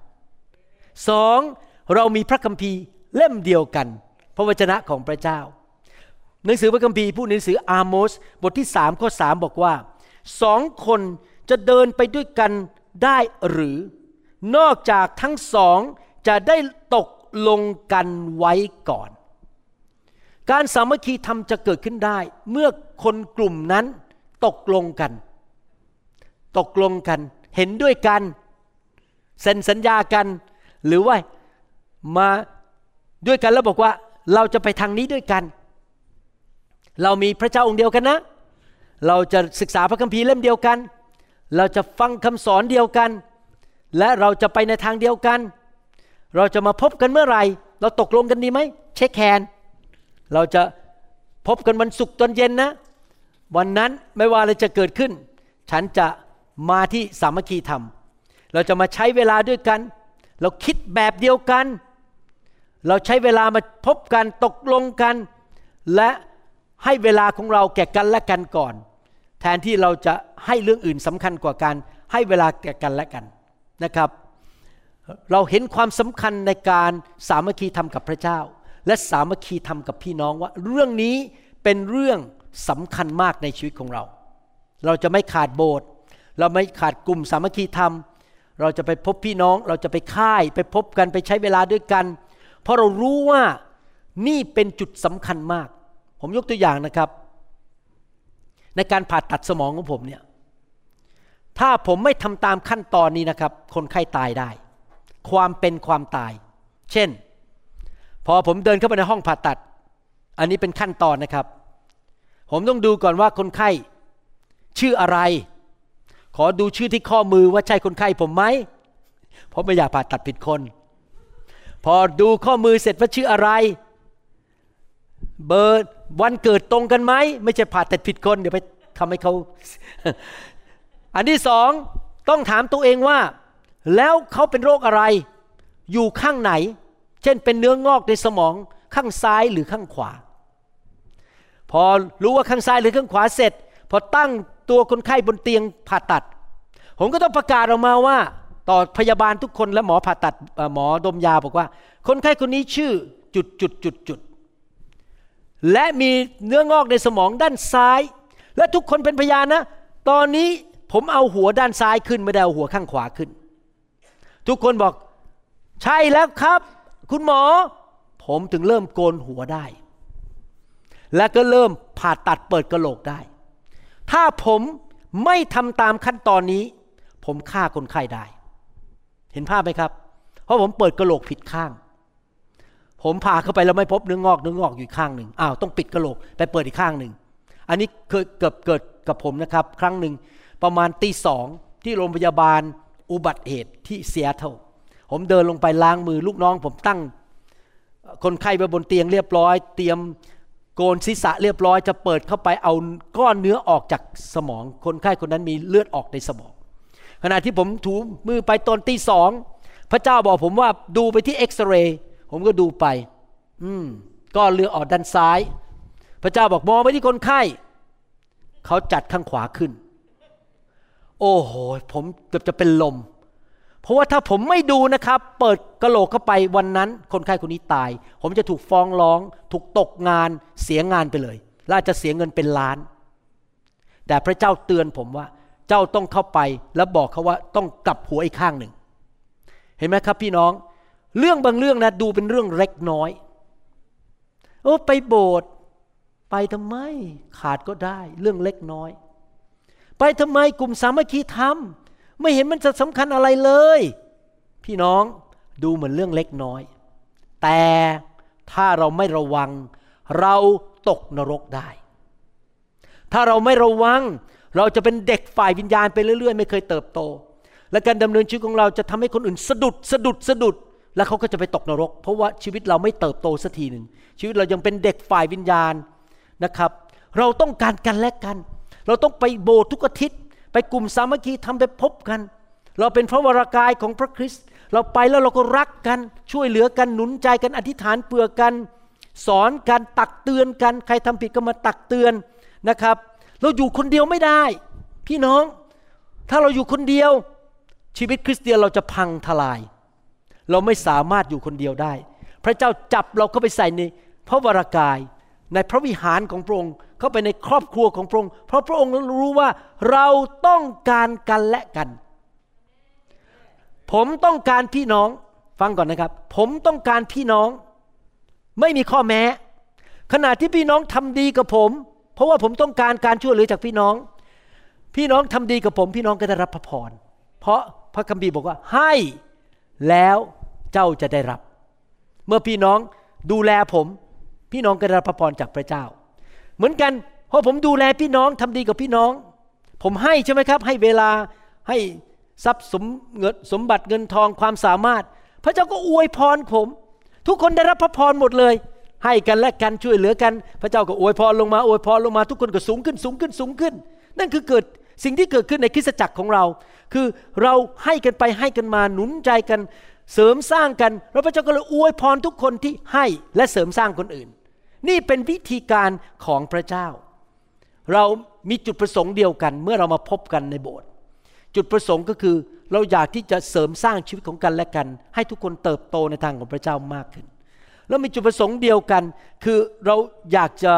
2เรามีพระคัมภีร์เล่มเดียวกันพระวจนะของพระเจ้าหนังสือพระคัมภีร์พูดในหนังสืออาโมสบทที่3ข้อ3บอกว่า2คนจะเดินไปด้วยกันได้หรือนอกจากทั้งสองจะได้ตกลงกันไว้ก่อนการสามัคคีธรรมจะเกิดขึ้นได้เมื่อคนกลุ่มนั้นตกลงกันเห็นด้วยกันเซ็นสัญญากันหรือว่ามาด้วยกันแล้วบอกว่าเราจะไปทางนี้ด้วยกันเรามีพระเจ้าองค์เดียวกันนะเราจะศึกษาพระคัมภีร์เล่มเดียวกันเราจะฟังคำสอนเดียวกันและเราจะไปในทางเดียวกันเราจะมาพบกันเมื่อไหร่เราตกลงกันดีไหมเช็คแฮนด์เราจะพบกันวันศุกร์ตอนเย็นนะวันนั้นไม่ว่าอะไรจะเกิดขึ้นฉันจะมาที่สามัคคีธรรมเราจะมาใช้เวลาด้วยกันเราคิดแบบเดียวกันเราใช้เวลามาพบกันตกลงกันและให้เวลาของเราแก่กันและกันก่อนแทนที่เราจะให้เรื่องอื่นสำคัญกว่าการให้เวลาแก่กันและกันนะครับเราเห็นความสำคัญในการสามัคคีธรรมกับพระเจ้าและสามัคคีธรรมกับพี่น้องว่าเรื่องนี้เป็นเรื่องสำคัญมากในชีวิตของเราเราจะไม่ขาดโบสถ์เราไม่ขาดกลุ่มสามัคคีธรรมเราจะไปพบพี่น้องเราจะไปค่ายไปพบกันไปใช้เวลาด้วยกันเพราะเรารู้ว่านี่เป็นจุดสำคัญมากผมยกตัวอย่างนะครับในการผ่าตัดสมองของผมเนี่ยถ้าผมไม่ทำตามขั้นตอนนี้นะครับคนไข้ตายได้ความเป็นความตายเช่นพอผมเดินเข้าไปในห้องผ่าตัดอันนี้เป็นขั้นตอนนะครับผมต้องดูก่อนว่าคนไข้ชื่ออะไรขอดูชื่อที่ข้อมือว่าใช่คนไข้ผมไหมเพราะไม่อยากผ่าตัดผิดคนพอดูข้อมือเสร็จว่าชื่ออะไรเบอร์วันเกิดตรงกันไหมไม่ใช่ผ่าตัดผิดคนเดี๋ยวไปทำให้เขา อันที่สองต้องถามตัวเองว่าแล้วเขาเป็นโรคอะไรอยู่ข้างไหนเช่นเป็นเนื้องอกในสมองข้างซ้ายหรือข้างขวาพอรู้ว่าข้างซ้ายหรือข้างขวาเสร็จพอตั้งตัวคนไข้บนเตียงผ่าตัดผมก็ต้องประกาศออกมาว่าต่อพยาบาลทุกคนและหมอผ่าตัดหมอดมยาบอกว่าคนไข้คนนี้ชื่อจุดและมีเนื้องอกในสมองด้านซ้ายและทุกคนเป็นพยานนะตอนนี้ผมเอาหัวด้านซ้ายขึ้นไม่ได้เอาหัวข้างขวาขึ้นทุกคนบอกใช่แล้วครับคุณหมอผมถึงเริ่มโกนหัวได้และก็เริ่มผ่าตัดเปิดกะโหลกได้ถ้าผมไม่ทำตามขั้นตอนนี้ผมฆ่าคนไข้ได้เห็นภาพไหมครับเพราะผมเปิดกะโหลกผิดข้างผมผ่าเข้าไปแล้วไม่พบเนื้องอกอยู่ข้างหนึ่งต้องปิดกะโหลกไปเปิดอีกข้างหนึ่งอันนี้เคยเกิดกับผมนะครับครั้งหนึ่งประมาณตี 2ที่โรงพยาบาลอุบัติเหตุที่ซีแอตเทิลผมเดินลงไปล้างมือลูกน้องผมตั้งคนไข้ไว้บนเตียงเรียบร้อยเตรียมโกนศีรษะเรียบร้อยจะเปิดเข้าไปเอาก้อนเนื้อออกจากสมองคนไข้คนนั้นมีเลือดออกในสมองขณะที่ผมถูมือไปตอนตี 2พระเจ้าบอกผมว่าดูไปที่เอ็กซเรย์ผมก็ดูไปก้อนเลือดออกด้านซ้ายพระเจ้าบอกมองไปที่คนไข้เขาจัดข้างขวาขึ้นโอ้โหผมเกือบจะเป็นลมเพราะว่าถ้าผมไม่ดูนะครับเปิดกะโหลกเข้าไปวันนั้นคนไข้คนนี้ตายผมจะถูกฟ้องร้องถูกตกงานเสียงานไปเลยและจะเสียเงินเป็นล้านแต่พระเจ้าเตือนผมว่าเจ้าต้องเข้าไปแล้วบอกเขาว่าต้องกลับหัวอีกข้างหนึ่งเห็นไหมครับพี่น้องเรื่องบางเรื่องนะดูเป็นเรื่องเล็กน้อยไปโบสถ์ไปทำไมขาดก็ได้เรื่องเล็กน้อยไปทำไมกลุ่มสามัคคีธรรมไม่เห็นมันจะสำคัญอะไรเลยพี่น้องดูเหมือนเรื่องเล็กน้อยแต่ถ้าเราไม่ระวังเราตกนรกได้ถ้าเราไม่ระวังเราจะเป็นเด็กฝ่ายวิญญาณไปเรื่อยๆไม่เคยเติบโตและการดำเนินชีวิตของเราจะทำให้คนอื่นสะดุดแล้วเขาก็จะไปตกนรกเพราะว่าชีวิตเราไม่เติบโตสักทีนึงชีวิตเรายังเป็นเด็กฝ่ายวิญญาณนะครับเราต้องการกันและกันเราต้องไปโบสถ์ทุกอาทิตย์ไปกลุ่มสามัคคีทำไปพบกันเราเป็นพระวรากายของพระคริสต์เราไปแล้วเราก็รักกันช่วยเหลือกันหนุนใจกันอธิษฐานเผื่อกันสอนกันตักเตือนกันใครทำผิดก็มาตักเตือนนะครับเราอยู่คนเดียวไม่ได้พี่น้องถ้าเราอยู่คนเดียวชีวิตคริสเตียนเราจะพังทลายเราไม่สามารถอยู่คนเดียวได้พระเจ้าจับเราเข้าไปใส่ในพระวรากายในพระวิหารของพระองค์เข้าไปในครอบครัวของพระองค์เพราะพระองค์รู้ว่าเราต้องการกันและกันผมต้องการพี่น้องฟังก่อนนะครับผมต้องการพี่น้องไม่มีข้อแม้ขณะที่พี่น้องทำดีกับผมเพราะว่าผมต้องการการช่วยเหลือจากพี่น้องทำดีกับผมพี่น้องก็ได้รับพระพรเพราะพระคัมภีร์บอกว่าให้แล้วเจ้าจะได้รับเมื่อพี่น้องดูแลผมพี่น้องก็ได้รับพระพรจากพระเจ้าเหมือนกันเพราะผมดูแลพี่น้องทำดีกับพี่น้องผมให้ใช่ไหมครับให้เวลาให้ทรัพย์สมบัติเงินทองความสามารถพระเจ้าก็อวยพรผมทุกคนได้รับพระพรหมดเลยให้กันและกันช่วยเหลือกันพระเจ้าก็อวยพรลงมาทุกคนก็สูงขึ้นนั่นคือเกิดสิ่งที่เกิดขึ้นในคริสตจักรของเราคือเราให้กันไปให้กันมาหนุนใจกันเสริมสร้างกันแล้วพระเจ้าก็เลยอวยพรทุกคนที่ให้และเสริมสร้างคนอื่นนี่เป็นวิธีการของพระเจ้าเรามีจุดประสงค์เดียวกันเมื่อเรามาพบกันในโบสถ์จุดประสงค์ก็คือเราอยากที่จะเสริมสร้างชีวิตของกันและกันให้ทุกคนเติบโตในทางของพระเจ้ามากขึ้นแล้วมีจุดประสงค์เดียวกันคือเราอยากจะ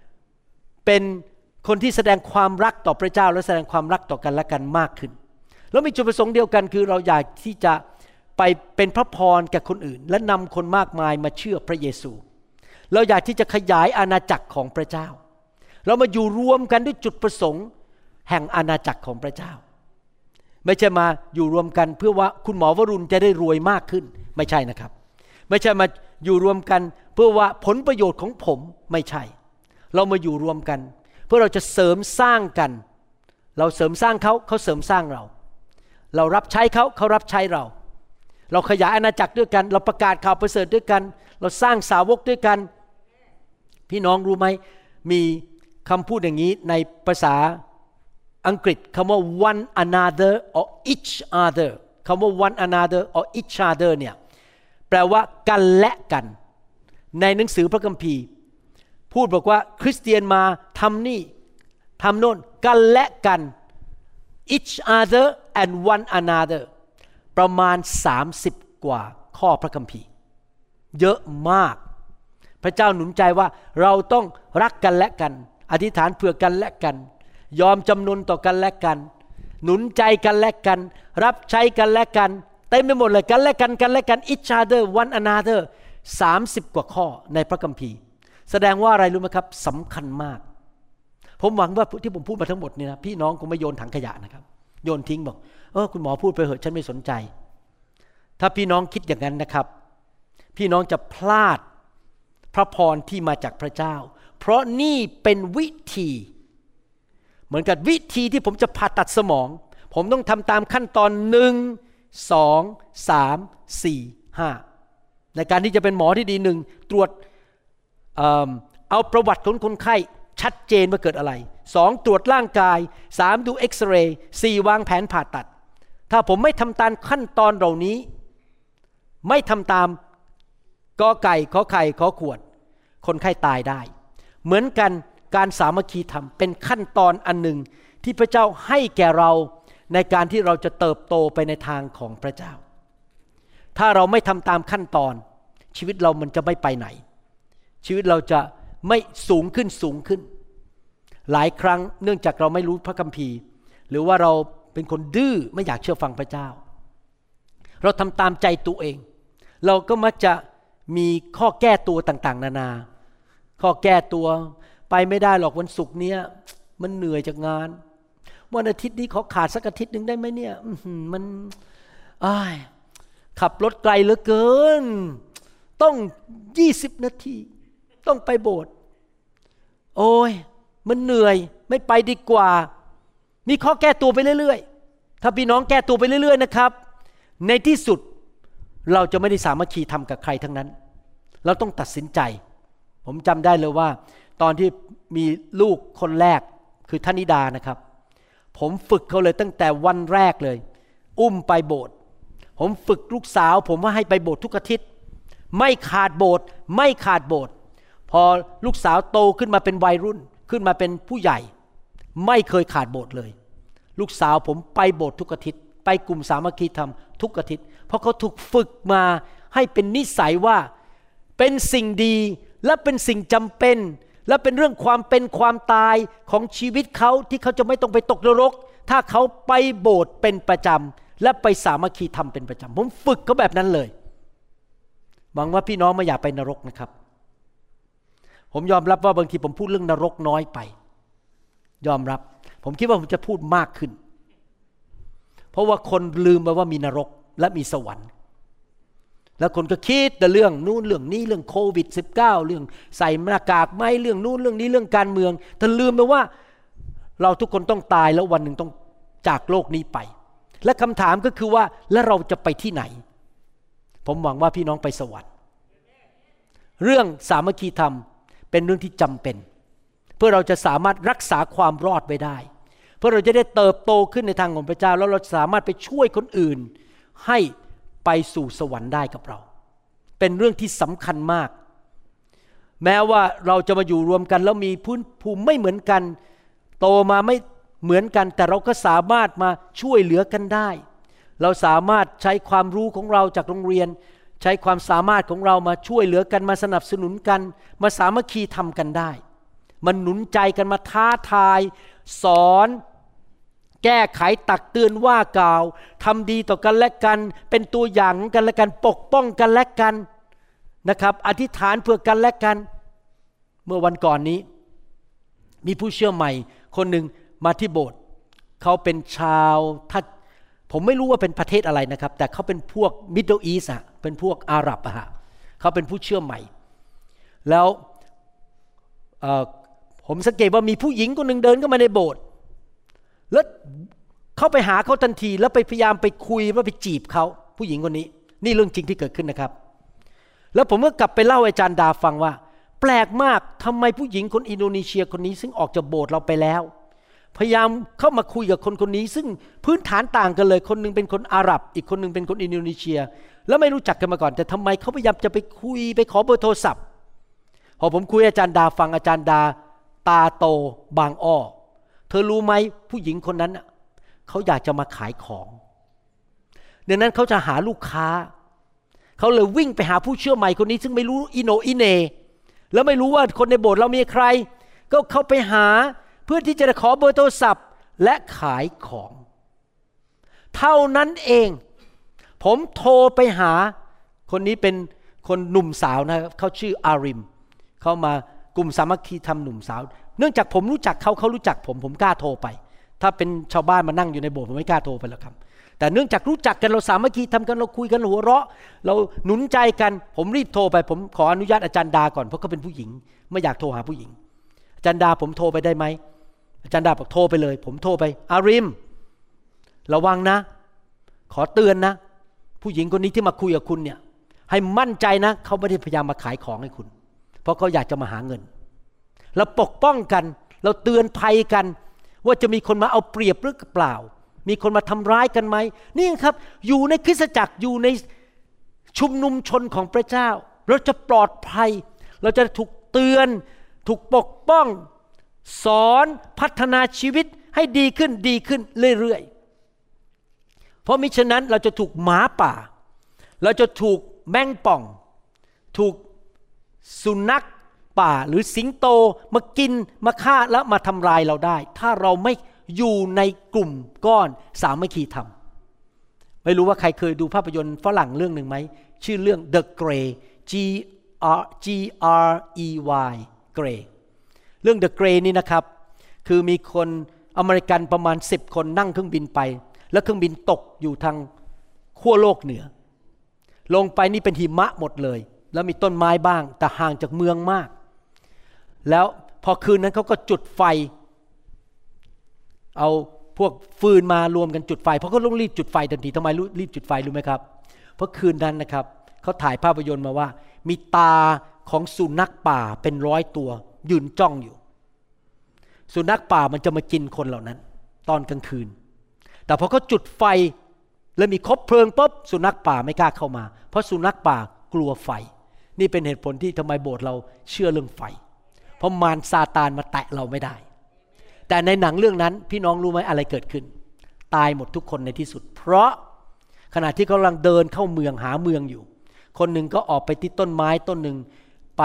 เป็นคนที่แสดงความรักต่อพระเจ้าและแสดงความรักต่อกันและกันมากขึ้นแล้วมีจุดประสงค์เดียวกันคือเราอยากที่จะไปเป็นพระพรแก่คนอื่นและนำคนมากมายมาเชื่อพระเยซูเราอยากที่จะขยายอาณาจักรของพระเจ้าเรามาอยู่รวมกันด้วยจุดประสงค์แห่งอาณาจักรของพระเจ้าไม่ใช่มาอยู่รวมกันเพื่อว่าคุณหมอวรุณจะได้รวยมากขึ้นไม่ใช่นะครับไม่ใช่มาอยู่รวมกันเพื่อว่าผลประโยชน์ของผมไม่ใช่เรามาอยู่รวมกันเพื่อเราจะเสริมสร้างกันเราเสริมสร้างเขาเสริมสร้างเราเรารับใช้เขารับใช้เราเราขยายอาณาจักรด้วยกันเราประกาศข่าวประเสริฐด้วยกันเราสร้างสาวกด้วยกันพี่น้องรู้ไหมมีคำพูดอย่างนี้ในภาษาอังกฤษคำว่า one another or each other คำว่า one another or each other เนี่ยแปลว่ากันและกันในหนังสือพระคัมภีร์พูดบอกว่าคริสเตียนมาทำนี่ทำโน่นกันและกัน each other and one another ประมาณ30กว่าข้อพระคัมภีร์เยอะมากพระเจ้าหนุนใจว่าเราต้องรักกันและกันอธิษฐานเผื่อกันและกันยอมจำนนต่อกันและกันหนุนใจกันและกันรับใช้กันและกันเต็มไปหมดเลยกันและกันกันและกัน each other one another 30กว่าข้อในพระคัมภีร์แสดงว่าอะไรรู้ไหมครับสำคัญมากผมหวังว่าที่ผมพูดมาทั้งหมดนี่นะพี่น้องคงไม่โยนถังขยะนะครับโยนทิ้งบอกคุณหมอพูดไปเหอะฉันไม่สนใจถ้าพี่น้องคิดอย่างนั้นนะครับพี่น้องจะพลาดพระพรที่มาจากพระเจ้าเพราะนี่เป็นวิธีเหมือนกับวิธีที่ผมจะผ่าตัดสมองผมต้องทำตามขั้นตอน1 2 3 4 5ในการที่จะเป็นหมอที่ดี1ตรวจเอาประวัติของคนไข้ชัดเจนว่าเกิดอะไร2ตรวจร่างกาย3ดูเอ็กซเรย์4วางแผนผ่าตัดถ้าผมไม่ทำตามขั้นตอนเหล่านี้ไม่ทำตามกอไก่ขอไข่ขอขวดคนไข้ตายได้เหมือนกันการสามัคคีธรรมเป็นขั้นตอนอันหนึ่งที่พระเจ้าให้แก่เราในการที่เราจะเติบโตไปในทางของพระเจ้าถ้าเราไม่ทำตามขั้นตอนชีวิตเรามันจะไม่ไปไหนชีวิตเราจะไม่สูงขึ้นหลายครั้งเนื่องจากเราไม่รู้พระคัมภีร์หรือว่าเราเป็นคนดื้อไม่อยากเชื่อฟังพระเจ้าเราทำตามใจตัวเองเราก็มักจะมีข้อแก้ตัวต่างๆนานาข้อแก้ตัวไปไม่ได้หรอกวันศุกร์เนี้ยมันเหนื่อยจากงานวันอาทิตย์นี้ขอขาดสักอาทิตย์นึงได้ไหมเนี่ยมันขับรถไกลเหลือเกินต้อง20นาทีต้องไปโบสถ์โอ้ยมันเหนื่อยไม่ไปดีกว่ามีข้อแก้ตัวไปเรื่อยๆถ้าพี่น้องแก้ตัวไปเรื่อยๆนะครับในที่สุดเราจะไม่ได้สามัคคีทำกับใครทั้งนั้นเราต้องตัดสินใจผมจำได้เลยว่าตอนที่มีลูกคนแรกคือธนิดานะครับผมฝึกเขาเลยตั้งแต่วันแรกเลยอุ้มไปโบสถ์ผมฝึกลูกสาวผมว่าให้ไปโบสถ์ทุกอาทิตย์ไม่ขาดโบสถ์พอลูกสาวโตขึ้นมาเป็นวัยรุ่นขึ้นมาเป็นผู้ใหญ่ไม่เคยขาดโบสถ์เลยลูกสาวผมไปโบสถ์ทุกอาทิตย์ไปกลุ่มสามัคคีธรรมทุกอาทิตย์เพราะเขาถูกฝึกมาให้เป็นนิสัยว่าเป็นสิ่งดีและเป็นสิ่งจำเป็นและเป็นเรื่องความเป็นความตายของชีวิตเขาที่เขาจะไม่ต้องไปตกนรกถ้าเขาไปโบสถ์เป็นประจำและไปสามัคคีธรรมเป็นประจำผมฝึกเขาแบบนั้นเลยหวังว่าพี่น้องไม่อยากไปนรกนะครับผมยอมรับว่าบางทีผมพูดเรื่องนรกน้อยไปยอมรับผมคิดว่าผมจะพูดมากขึ้นเพราะว่าคนลืมไปว่ามีนรกและมีสวรรค์แล้วคนก็คิดแต่เรื่องนู้นเรื่องนี้เรื่องโควิด-19 เรื่องใส่หน้ากากไหมเรื่องนู้นเรื่องนี้เรื่องการเมืองแต่ลืมไปว่าเราทุกคนต้องตายแล้ววันหนึ่งต้องจากโลกนี้ไปและคำถามก็คือว่าแล้วเราจะไปที่ไหนผมหวังว่าพี่น้องไปสวรรค์เรื่องสามัคคีธรรมเป็นเรื่องที่จำเป็นเพื่อเราจะสามารถรักษาความรอดไว้ได้เพื่อเราจะได้เติบโตขึ้นในทางของพระเจ้าแล้วเราสามารถไปช่วยคนอื่นให้ไปสู่สวรรค์ได้กับเราเป็นเรื่องที่สำคัญมากแม้ว่าเราจะมาอยู่รวมกันแล้วมีพื้นภูมิไม่เหมือนกันโตมาไม่เหมือนกันแต่เราก็สามารถมาช่วยเหลือกันได้เราสามารถใช้ความรู้ของเราจากโรงเรียนใช้ความสามารถของเรามาช่วยเหลือกันมาสนับสนุนกันมาสามัคคีทำกันได้มันหนุนใจกันมาท้าทายสอนแก้ไขตักเตือนว่ากล่าวทำดีต่อกันและกันเป็นตัวอย่างกันและกันปกป้องกันและกันนะครับอธิษฐานเพื่อกันและกันเมื่อวันก่อนนี้มีผู้เชื่อใหม่คนหนึ่งมาที่โบสถ์เขาเป็นชาวผมไม่รู้ว่าเป็นประเทศอะไรนะครับแต่เขาเป็นพวก Middle East เป็นพวกอาหรับเขาเป็นผู้เชื่อใหม่แล้วผมสังเกตว่ามีผู้หญิงคนหนึ่งเดินเข้ามาในโบสถ์แล้วเข้าไปหาเขาทันทีแล้วไปพยายามไปคุยว่าไปจีบเขาผู้หญิงคนนี้นี่เรื่องจริงที่เกิดขึ้นนะครับแล้วผมก็กลับไปเล่าให้อาจารย์ดาฟังว่าแปลกมากทำไมผู้หญิงคนอินโดนีเซียคนนี้ซึ่งออกจากโบสถ์เราไปแล้วพยายามเข้ามาคุยกับคนคนนี้ซึ่งพื้นฐานต่างกันเลยคนนึงเป็นคนอาหรับอีกคนนึงเป็นคนอินโดนีเซียแล้วไม่รู้จักกันมาก่อนแต่ทำไมเขาพยายามจะไปคุยไปขอเบอร์โทรศัพท์พอผมคุยอาจารย์ดาฟังอาจารย์ดาตาโตบางอ้อเธอรู้ไหมผู้หญิงคนนั้นเขาอยากจะมาขายของดังนั้นเขาจะหาลูกค้าเขาเลยวิ่งไปหาผู้เชื่อใหม่คนนี้ซึ่งไม่รู้อิโนอิเนแล้วไม่รู้ว่าคนในโบสถ์เรามีใครก็เข้าไปหาเพื่อที่จะขอเบอร์โทรศัพท์และขายของเท่านั้นเองผมโทรไปหาคนนี้เป็นคนหนุ่มสาวนะครับเขาชื่ออาริมเขามากลุ่มสามัคคีธรรมหนุ่มสาวเนื่องจากผมรู้จักเขารู้จักผมกล้าโทรไปถ้าเป็นชาวบ้านมานั่งอยู่ในโบสถ์ผมไม่กล้าโทรไปหรอกครับแต่เนื่องจากรู้จักกันเราสามัคคีทำกันเราคุยกันหัวเราะเราหนุนใจกันผมรีบโทรไปผมขออนุญาตอาจารย์ดาก่อนเพราะเขาเป็นผู้หญิงไม่อยากโทรหาผู้หญิงอาจารย์ดาผมโทรไปได้ไหมอาจารย์ดาบอกโทรไปเลยผมโทรไปอาริมระวังนะขอเตือนนะผู้หญิงคนนี้ที่มาคุยกับคุณเนี่ยให้มั่นใจนะเขาไม่ได้พยายามมาขายของให้คุณเพราะเขาอยากจะมาหาเงินเราปกป้องกันเราเตือนภัยกันว่าจะมีคนมาเอาเปรียบหรือเปล่ามีคนมาทำร้ายกันไหมนี่ครับอยู่ในคริสตจักรอยู่ในชุมนุมชนของพระเจ้าเราจะปลอดภัยเราจะถูกเตือนถูกปกป้องสอนพัฒนาชีวิตให้ดีขึ้นเรื่อยๆเพราะมิฉะนั้นเราจะถูกหมาป่าเราจะถูกแมงป่องถูกสุนัขป่าหรือสิงโตมากินมาฆ่าแล้วมาทำลายเราได้ถ้าเราไม่อยู่ในกลุ่มก้อนสามัคคีธรรมไม่รู้ว่าใครเคยดูภาพยนตร์ฝรั่งเรื่องหนึ่งไหมชื่อเรื่อง The Grey Grey Grey เรื่อง The Grey นี่นะครับคือมีคนอเมริกันประมาณ10คนนั่งเครื่องบินไปแล้วเครื่องบินตกอยู่ทางขั้วโลกเหนือลงไปนี่เป็นหิมะหมดเลยแล้วมีต้นไม้บ้างแต่ห่างจากเมืองมากแล้วพอคืนนั้นเขาก็จุดไฟเอาพวกฟืนมารวมกันจุดไฟเพราะเขาต้องรีบจุดไฟทันทีทำไมรีบจุดไฟรู้ไหมครับเพราะคืนนั้นนะครับเขาถ่ายภาพยนตร์มาว่ามีตาของสุนัขป่าเป็น100ตัวยืนจ้องอยู่สุนัขป่ามันจะมากินคนเหล่านั้นตอนกลางคืนแต่พอเขาจุดไฟแล้วมีคบเพลิงปุ๊บสุนัขป่าไม่กล้าเข้ามาเพราะสุนัขป่ากลัวไฟนี่เป็นเหตุผลที่ทำไมโบสถ์เราเชื่อเรื่องไฟเพราะมารซาตานมาแตะเราไม่ได้แต่ในหนังเรื่องนั้นพี่น้องรู้ไหมอะไรเกิดขึ้นตายหมดทุกคนในที่สุดเพราะขณะที่เขากำลังเดินเข้าเมืองหาเมืองอยู่คนหนึ่งก็ออกไปที่ต้นไม้ต้นหนึ่งไป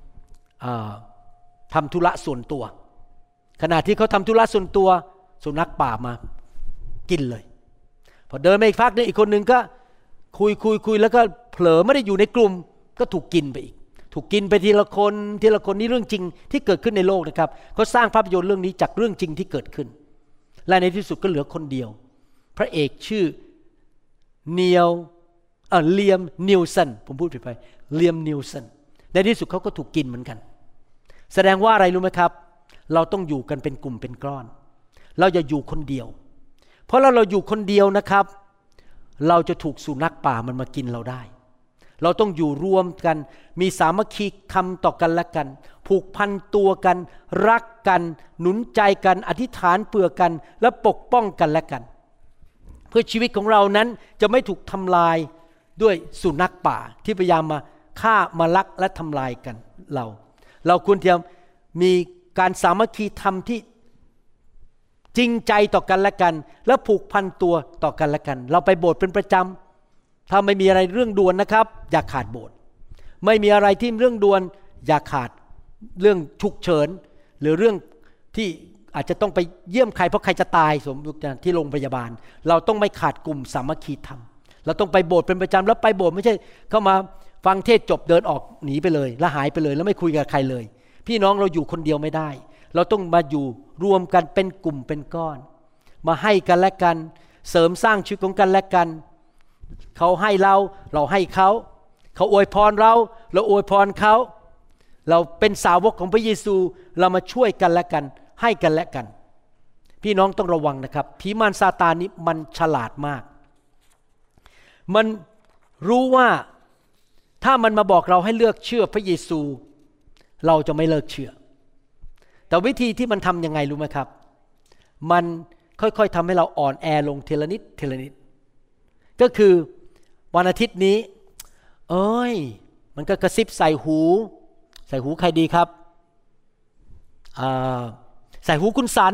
ทำธุระส่วนตัวขณะที่เขาทำธุระส่วนตัวสุนัขป่ามากินเลยพอเดินไปอีกพักนึงอีกคนหนึ่งก็คุยแล้วก็เผลอไม่ได้อยู่ในกลุ่มก็ถูกกินไปอีกถูกกินไปทีละคนนี่เรื่องจริงที่เกิดขึ้นในโลกนะครับเขาสร้างภาพยนตร์เรื่องนี้จากเรื่องจริงที่เกิดขึ้นและในที่สุดก็เหลือคนเดียวพระเอกชื่อเลียมนิวสันผมพูดผิดไปเลียมนิวสันในที่สุดเขาก็ถูกกินเหมือนกันแสดงว่าอะไรรู้ไหมครับเราต้องอยู่กันเป็นกลุ่มเป็นก้อนเราอย่าอยู่คนเดียวเพราะเราอยู่คนเดียวนะครับเราจะถูกสุนัขป่ามันมากินเราได้เราต้องอยู่รวมกันมีสามัคคีธรรมต่อกันและกันผูกพันตัวกันรักกันหนุนใจกันอธิษฐานเผื่อกันและปกป้องกันและกันเพื่อชีวิตของเรานั้นจะไม่ถูกทำลายด้วยสุนัขป่าที่พยายามมาฆ่ามาลักและทำลายกันเราควรจะมีการสามัคคีธรรมที่จริงใจต่อกันและกันและผูกพันตัวต่อกันและกันเราไปโบสถ์เป็นประจำถ้าไม่มีอะไรเรื่องด่วนนะครับอย่าขาดโบสถ์ไม่มีอะไรที่เรื่องด่วนอย่าขาดเรื่องฉุกเฉินหรือเรื่องที่อาจจะต้องไปเยี่ยมใครเพราะใครจะตายสมมติที่โรงพยาบาลเราต้องไม่ขาดกลุ่มสามัคคีธรรมเราต้องไปโบสถ์เป็นประจำแล้วไปโบสถ์ไม่ใช่เข้ามาฟังเทศจบเดินออกหนีไปเลยแล้วหายไปเลยแล้วไม่คุยกับใครเลยพี่น้องเราอยู่คนเดียวไม่ได้เราต้องมาอยู่รวมกันเป็นกลุ่มเป็นก้อนมาให้กันและกันเสริมสร้างชีวิตของกันและกันเขาให้เราให้เขาอวยพรเราอวยพรเขาเราเป็นสาวกของพระเยซูเรามาช่วยกันและกันให้กันและกันพี่น้องต้องระวังนะครับผีมารซาตานนี้มันฉลาดมากมันรู้ว่าถ้ามันมาบอกเราให้เลือกเชื่อพระเยซูเราจะไม่เลิกเชื่อแต่วิธีที่มันทำยังไงรู้ไหมครับมันค่อยๆทำให้เราอ่อนแอลงทีละนิดทีละนิดก็คือวันอาทิตย์นี้มันก็กระซิบใส่หูใครดีครับใส่หูคุณสัน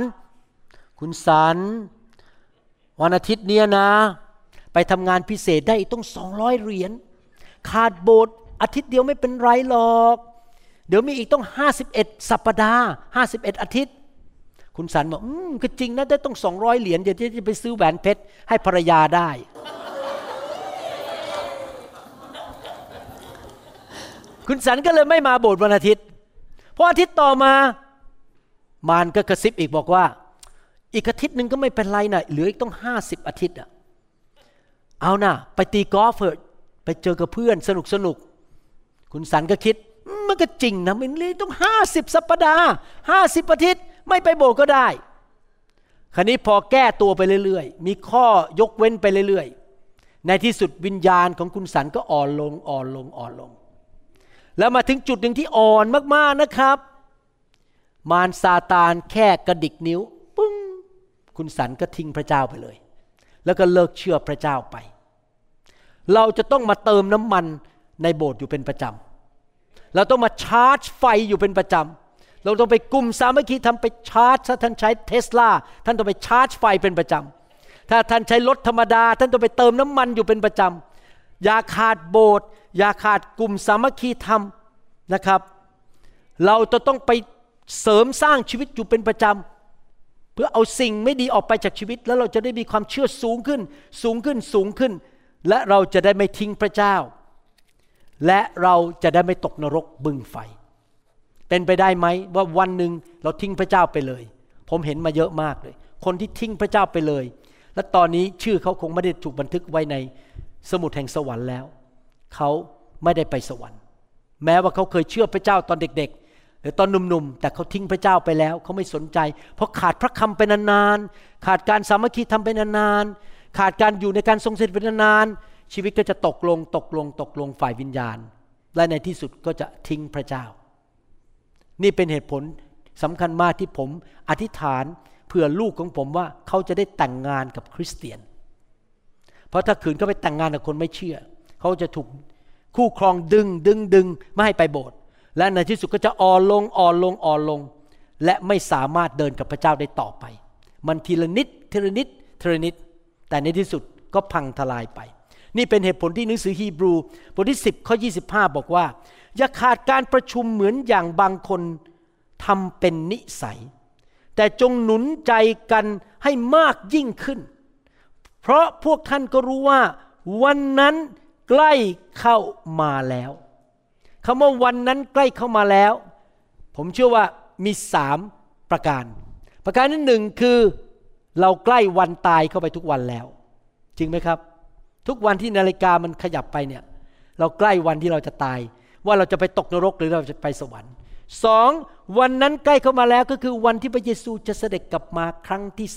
วันอาทิตย์เนี้ยนะไปทำงานพิเศษได้ต้อง200 เหรียญขาดโบสถ์อาทิตย์เดียวไม่เป็นไรหรอกเดี๋ยวมีอีกต้อง51สัปดาห์51อาทิตย์คุณสันบอกก็จริงนะได้ต้อง200 เหรียญเดี๋ยวจะไปซื้อแหวนเพชรให้ภรรยาได้คุณสันก็เลยไม่มาโบสถ์วันอาทิตย์พออาทิตย์ต่อมามารก็กระซิบอีกบอกว่าอีกอาทิตย์นึงก็ไม่เป็นไรนะเหลืออีกต้อง50อาทิตย์เอานะไปตีกอล์ฟเถอะไปเจอกับเพื่อนสนุกคุณสันก็คิดมันก็จริงนะมันเลยต้อง50สัปดาห์50อาทิตย์ไม่ไปโบสถ์ก็ได้คราวนี้พอแก้ตัวไปเรื่อยๆมีข้อยกเว้นไปเรื่อยๆในที่สุดวิญญาณของคุณสันก็อ่อนลงแล้วมาถึงจุดหนึ่งที่อ่อนมากๆนะครับมารซาตานแค่กระดิกนิ้วปึ้งคุณสันก็ทิ้งพระเจ้าไปเลยแล้วก็เลิกเชื่อพระเจ้าไปเราจะต้องมาเติมน้ำมันในโบสถ์อยู่เป็นประจำเราต้องมาชาร์จไฟอยู่เป็นประจำเราต้องไปกลุ่มสามัคคีทำไปชาร์จถ้าท่านใช้เทสลาท่านต้องไปชาร์จไฟเป็นประจำถ้าท่านใช้รถธรรมดาท่านต้องไปเติมน้ำมันอยู่เป็นประจำอย่าขาดโบสถ์อย่าขาดกลุ่มสามัคคีธรรมนะครับเราจะต้องไปเสริมสร้างชีวิตอยู่เป็นประจำเพื่อเอาสิ่งไม่ดีออกไปจากชีวิตแล้วเราจะได้มีความเชื่อสูงขึ้นและเราจะได้ไม่ทิ้งพระเจ้าและเราจะได้ไม่ตกนรกบึงไฟเป็นไปได้ไหมว่าวันหนึ่งเราทิ้งพระเจ้าไปเลยผมเห็นมาเยอะมากเลยคนที่ทิ้งพระเจ้าไปเลยและตอนนี้ชื่อเขาคงไม่ได้ถูกบันทึกไว้ในสมุดแห่งสวรรค์แล้วเขาไม่ได้ไปสวรรค์แม้ว่าเขาเคยเชื่อพระเจ้าตอนเด็กๆหรือตอนหนุ่มๆแต่เขาทิ้งพระเจ้าไปแล้วเขาไม่สนใจเพราะขาดพระคำไปนานๆขาดการสามัคคีธรรมไปนานๆขาดการอยู่ในการทรงสถิตไปนานๆชีวิตก็จะตกลงฝ่ายวิญญาณและในที่สุดก็จะทิ้งพระเจ้านี่เป็นเหตุผลสำคัญมากที่ผมอธิษฐานเพื่อลูกของผมว่าเขาจะได้แต่งงานกับคริสเตียนเพราะถ้าขืนเขาไปแต่งงานกับคนไม่เชื่อเขาจะถูกคู่ครองดึงไม่ให้ไปโบสถ์และในที่สุดก็จะอ่อนลงและไม่สามารถเดินกับพระเจ้าได้ต่อไปมันทีละนิดแต่ในที่สุดก็พังทลายไปนี่เป็นเหตุผลที่หนังสือฮีบรูบทที่10ข้อ25บอกว่าอย่าขาดการประชุมเหมือนอย่างบางคนทำเป็นนิสัยแต่จงหนุนใจกันให้มากยิ่งขึ้นเพราะพวกท่านก็รู้ว่าวันนั้นใกล้เข้ามาแล้วคำว่าวันนั้นใกล้เข้ามาแล้วผมเชื่อว่ามี3ประการที่1คือเราใกล้วันตายเข้าไปทุกวันแล้วจริงไหมครับทุกวันที่นาฬิกามันขยับไปเนี่ยเราใกล้วันที่เราจะตายว่าเราจะไปตกนรกหรือเราจะไปสวรรค์2วันนั้นใกล้เข้ามาแล้วก็คือวันที่พระเยซูจะเสด็จกลับมาครั้งที่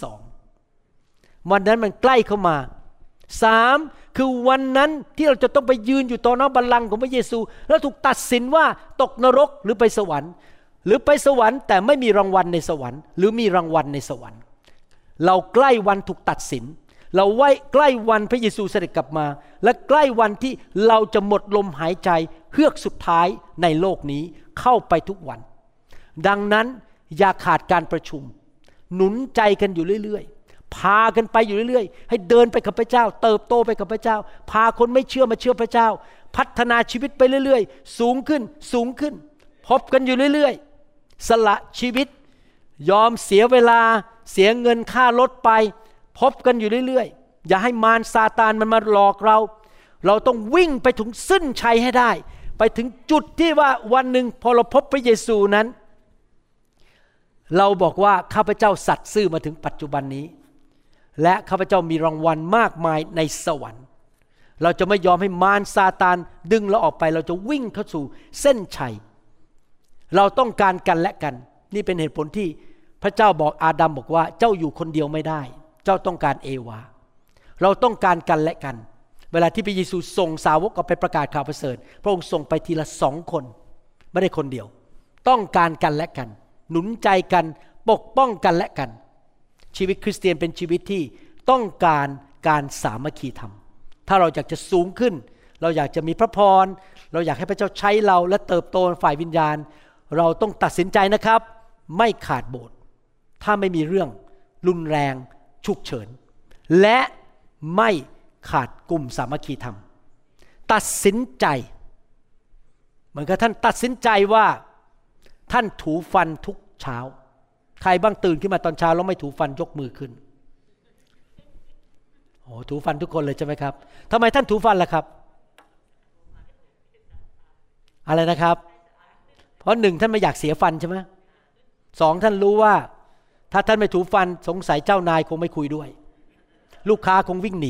2วันนั้นมันใกล้เข้ามา3คือวันนั้นที่เราจะต้องไปยืนอยู่ต่อหน้าบัลลังก์ของพระเยซูแล้วถูกตัดสินว่าตกนรกหรือไปสวรรค์แต่ไม่มีรางวัลในสวรรค์หรือมีรางวัลในสวรรค์เราใกล้วันถูกตัดสินเราไว้ใกล้วันพระเยซูเสด็จกลับมาและใกล้วันที่เราจะหมดลมหายใจเฮือกสุดท้ายในโลกนี้เข้าไปทุกวันดังนั้นอย่าขาดการประชุมหนุนใจกันอยู่เรื่อยๆพากันไปอยู่เรื่อยๆให้เดินไปกับพระเจ้าเติบโตไปกับพระเจ้าพาคนไม่เชื่อมาเชื่อพระเจ้าพัฒนาชีวิตไปเรื่อยๆสูงขึ้นพบกันอยู่เรื่อยๆสละชีวิตยอมเสียเวลาเสียเงินค่ารถไปพบกันอยู่เรื่อยๆอย่าให้มารซาตานมันมาหลอกเราต้องวิ่งไปถึงเส้นชัยให้ได้ไปถึงจุดที่ว่าวันหนึ่งพอเราพบพระเยซูนั้นเราบอกว่าข้าพเจ้าสัตย์ซื่อมาถึงปัจจุบันนี้และข้าพเจ้ามีรางวัลมากมายในสวรรค์เราจะไม่ยอมให้มารซาตานดึงเราออกไปเราจะวิ่งเข้าสู่เส้นชัยเราต้องการกันและกันนี่เป็นเหตุผลที่พระเจ้าบอกอาดัมบอกว่าเจ้าอยู่คนเดียวไม่ได้เจ้าต้องการเอวาเราต้องการกันและกันเวลาที่พระเยซูส่งสาวกออกไปประกาศข่าวประเสริฐพระองค์ส่งไปทีละ2 คนไม่ได้คนเดียวต้องการกันและกันหนุนใจกันปกป้องกันและกันชีวิตคริสเตียนเป็นชีวิตที่ต้องการสามัคคีธรรมถ้าเราอยากจะสูงขึ้นเราอยากจะมีพระพรเราอยากให้พระเจ้าใช้เราและเติบโตฝ่ายวิญญาณเราต้องตัดสินใจนะครับไม่ขาดโบสถ์ถ้าไม่มีเรื่องรุนแรงฉุกเฉินและไม่ขาดกลุ่มสามัคคีธรรมตัดสินใจเหมือนกับท่านตัดสินใจว่าท่านถูฟันทุกเช้าใครบ้างตื่นขึ้นมาตอนเช้าแล้วไม่ถูฟันยกมือขึ้นโอ้ถูฟันทุกคนเลยใช่ไหมครับทำไมท่านถูฟันล่ะครับอะไรนะครับเพราะ1ท่านไม่อยากเสียฟันใช่ไหม2ท่านรู้ว่าถ้าท่านไม่ถูฟันสงสัยเจ้านายคงไม่คุยด้วยลูกค้าคงวิ่งหนี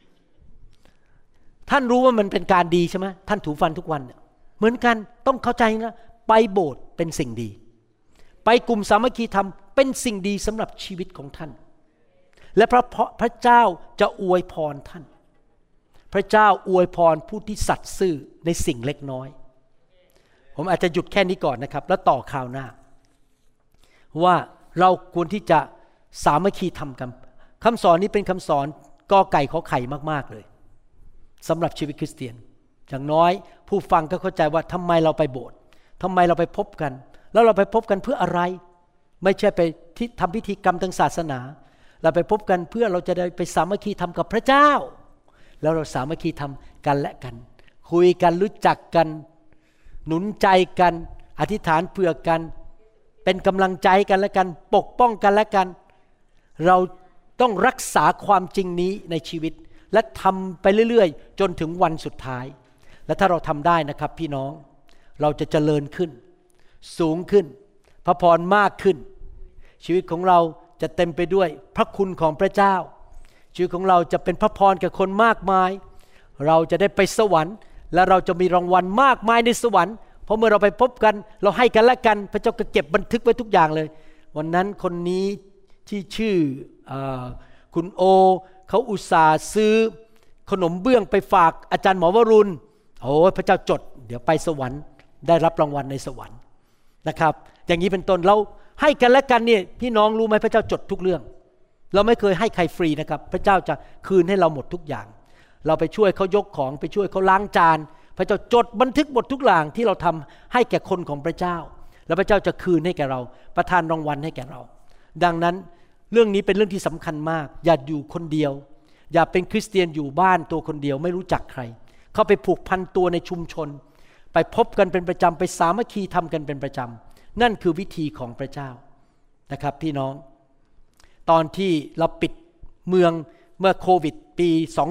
ท่านรู้ว่ามันเป็นการดีใช่ไหมท่านถูฟันทุกวันเหมือนกันต้องเข้าใจนะไปโบสถ์เป็นสิ่งดีไปกลุ่มสามัคคีธรรมเป็นสิ่งดีสำหรับชีวิตของท่านและพระเจ้าจะอวยพรท่านพระเจ้าอวยพรผู้ที่สัตย์ซื่อในสิ่งเล็กน้อยผมอาจจะหยุดแค่นี้ก่อนนะครับแล้วต่อข่าวหน้าว่าเราควรที่จะสามัคคีธรรมกันคำสอนนี้เป็นคำสอนกอไก่ขอไข่มากๆเลยสำหรับชีวิตคริสเตียนอย่างน้อยผู้ฟังก็เข้าใจว่าทำไมเราไปโบสถ์ทำไมเราไปพบกันแล้วเราไปพบกันเพื่ออะไรไม่ใช่ไปที่ทำพิธีกรรมทางศาสนาเราไปพบกันเพื่อเราจะได้ไปสามัคคีธรรมกับพระเจ้าแล้วเราสามัคคีธรรมกันและกันคุยกันรู้จักกันหนุนใจกันอธิษฐานเผื่อกันเป็นกำลังใจกันและกันปกป้องกันและกันเราต้องรักษาความจริงนี้ในชีวิตและทำไปเรื่อยๆจนถึงวันสุดท้ายและถ้าเราทำได้นะครับพี่น้องเราจะเจริญขึ้นสูงขึ้นพระพรมากขึ้นชีวิตของเราจะเต็มไปด้วยพระคุณของพระเจ้าชีวิตของเราจะเป็นพระพรแก่คนมากมายเราจะได้ไปสวรรค์และเราจะมีรางวัลมากมายในสวรรค์เพราะเมื่อเราไปพบกันเราให้กันและกันพระเจ้าก็เก็บบันทึกไว้ทุกอย่างเลยวันนั้นคนนี้ที่ชื่อคุณโอเขาอุตส่าห์ซื้อขนมเบื้องไปฝากอาจารย์หมอวรุณโอ้พระเจ้าจดเดี๋ยวไปสวรรค์ได้รับรางวัลในสวรรค์นะครับอย่างนี้เป็นต้นเราให้กันและกันเนี่ยพี่น้องรู้ไหมพระเจ้าจดทุกเรื่องเราไม่เคยให้ใครฟรีนะครับพระเจ้าจะคืนให้เราหมดทุกอย่างเราไปช่วยเขายกของไปช่วยเขาล้างจานพระเจ้าจดบันทึกหมดทุกอย่างที่เราทำให้แก่คนของพระเจ้าแล้วพระเจ้าจะคืนให้แก่เราประทานรางวัลให้แก่เราดังนั้นเรื่องนี้เป็นเรื่องที่สำคัญมากอย่าอยู่คนเดียวอย่าเป็นคริสเตียนอยู่บ้านตัวคนเดียวไม่รู้จักใครเข้าไปผูกพันตัวในชุมชนไปพบกันเป็นประจำไปสามัคคีทำกันเป็นประจำนั่นคือวิธีของพระเจ้านะครับพี่น้องตอนที่เราปิดเมืองเมื่อโควิดปี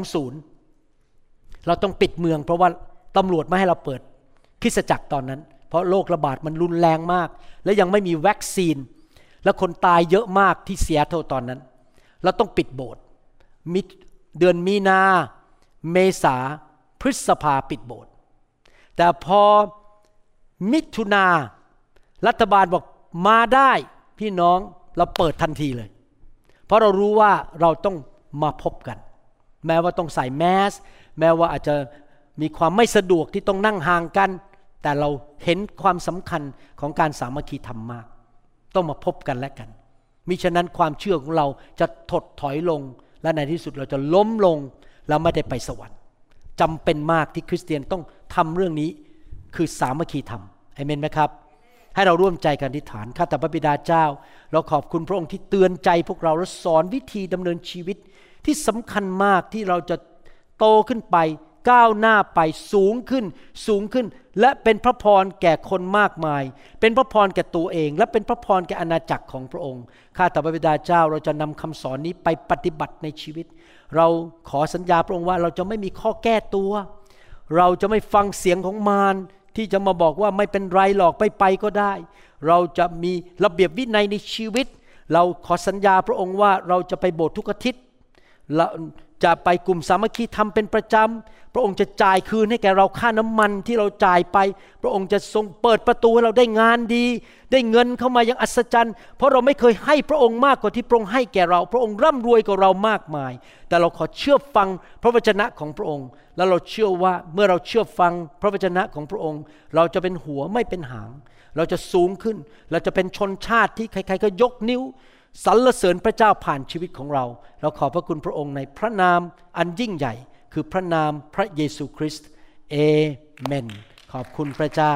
20เราต้องปิดเมืองเพราะว่าตำรวจไม่ให้เราเปิดคริสตจักรตอนนั้นเพราะโรคระบาดมันรุนแรงมากและยังไม่มีวัคซีนและคนตายเยอะมากที่เซียโตรตอนนั้นเราต้องปิดโบสถ์เดือนมีนาเมษาพฤษภาปิดโบสถ์แต่พอมิถุนารัฐบาลบอกมาได้พี่น้องเราเปิดทันทีเลยเพราะเรารู้ว่าเราต้องมาพบกันแม้ว่าต้องใส่แมสแม้ว่าอาจจะมีความไม่สะดวกที่ต้องนั่งห่างกันแต่เราเห็นความสำคัญของการสามัคคีธรรมมากต้องมาพบกันและกันมิฉะนั้นความเชื่อของเราจะถดถอยลงและในที่สุดเราจะล้มลงแล้วไม่ได้ไปสวรรค์จำเป็นมากที่คริสเตียนต้องทำเรื่องนี้คือสามัคคีธรรมอาเมนไหมครับให้เราร่วมใจกันอธิษฐานข้าแต่พระบิดาเจ้าเราขอบคุณพระองค์ที่เตือนใจพวกเราและสอนวิธีดำเนินชีวิตที่สำคัญมากที่เราจะโตขึ้นไปก้าวหน้าไปสูงขึ้นสูงขึ้นและเป็นพระพรแก่คนมากมายเป็นพระพรแก่ตัวเองและเป็นพระพรแก่อาณาจักรของพระองค์ข้าแต่พระบิดาเจ้าเราจะนำคำสอนนี้ไปปฏิบัติในชีวิตเราขอสัญญาพระองค์ว่าเราจะไม่มีข้อแก้ตัวเราจะไม่ฟังเสียงของมารที่จะมาบอกว่าไม่เป็นไรหรอกไปก็ได้เราจะมีระเบียบวินัยในชีวิตเราขอสัญญาพระองค์ว่าเราจะไปโบสถ์ทุกอาทิตย์เราจะไปกลุ่มสามัคคีทำเป็นประจำพระองค์จะจ่ายคืนให้แก่เราค่าน้ำมันที่เราจ่ายไปพระองค์จะทรงเปิดประตูให้เราได้งานดีได้เงินเข้ามาอย่างอัศจรรย์เพราะเราไม่เคยให้พระองค์มากกว่าที่พระองค์ให้แก่เราพระองค์ร่ำรวยกว่าเรามากมายแต่เราขอเชื่อฟังพระวจนะของพระองค์แล้วเราเชื่อว่าเมื่อเราเชื่อฟังพระวจนะของพระองค์เราจะเป็นหัวไม่เป็นหางเราจะสูงขึ้นเราจะเป็นชนชาติที่ใครๆก็ยกนิ้วสรรเสริญพระเจ้าผ่านชีวิตของเราเราขอบพระคุณพระองค์ในพระนามอันยิ่งใหญ่คือพระนามพระเยซูคริสต์เอเมนขอบคุณพระเจ้า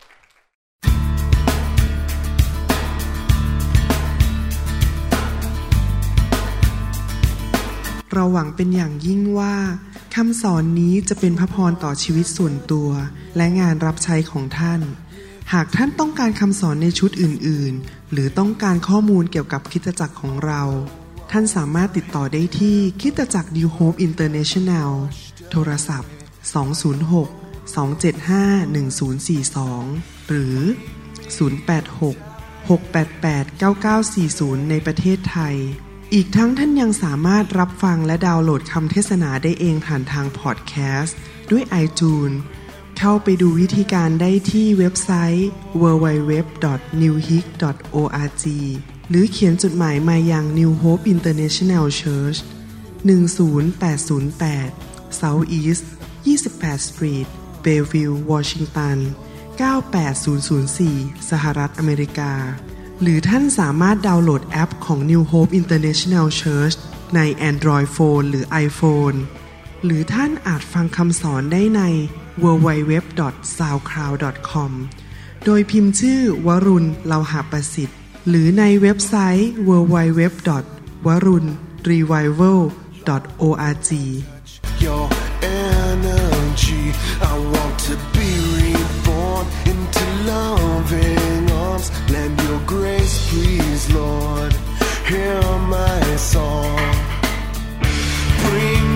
เราหวังเป็นอย่างยิ่งว่าคำสอนนี้จะเป็นพระพรต่อชีวิตส่วนตัวและงานรับใช้ของท่านหากท่านต้องการคำสอนในชุดอื่นๆหรือต้องการข้อมูลเกี่ยวกับคริสตจักรของเราท่านสามารถติดต่อได้ที่คริสตจักร New Hope International โทรศัพท์206-275-1042หรือ086-688-9940ในประเทศไทยอีกทั้งท่านยังสามารถรับฟังและดาวน์โหลดคำเทศนาได้เองผ่านทางพอดแคสต์ด้วย iTunes เข้าไปดูวิธีการได้ที่เว็บไซต์ www.newhope.org หรือเขียนจดหมายมายัง New Hope International Church 10808 South East 28 Street Bellevue Washington 98004 สหรัฐอเมริกาหรือท่านสามารถดาวน์โหลดแอปของ New Hope International Church ใน Android Phone หรือ iPhone หรือท่านอาจฟังคำสอนได้ใน www.soundcloud.com โดยพิมพ์ชื่อวรุณ เลาหะประสิทธิ์หรือในเว็บไซต์ www.warunrevival.org Your energy, I want to be reborn into loving arms. Lend your grace, please, Lord. Hear my song. Bring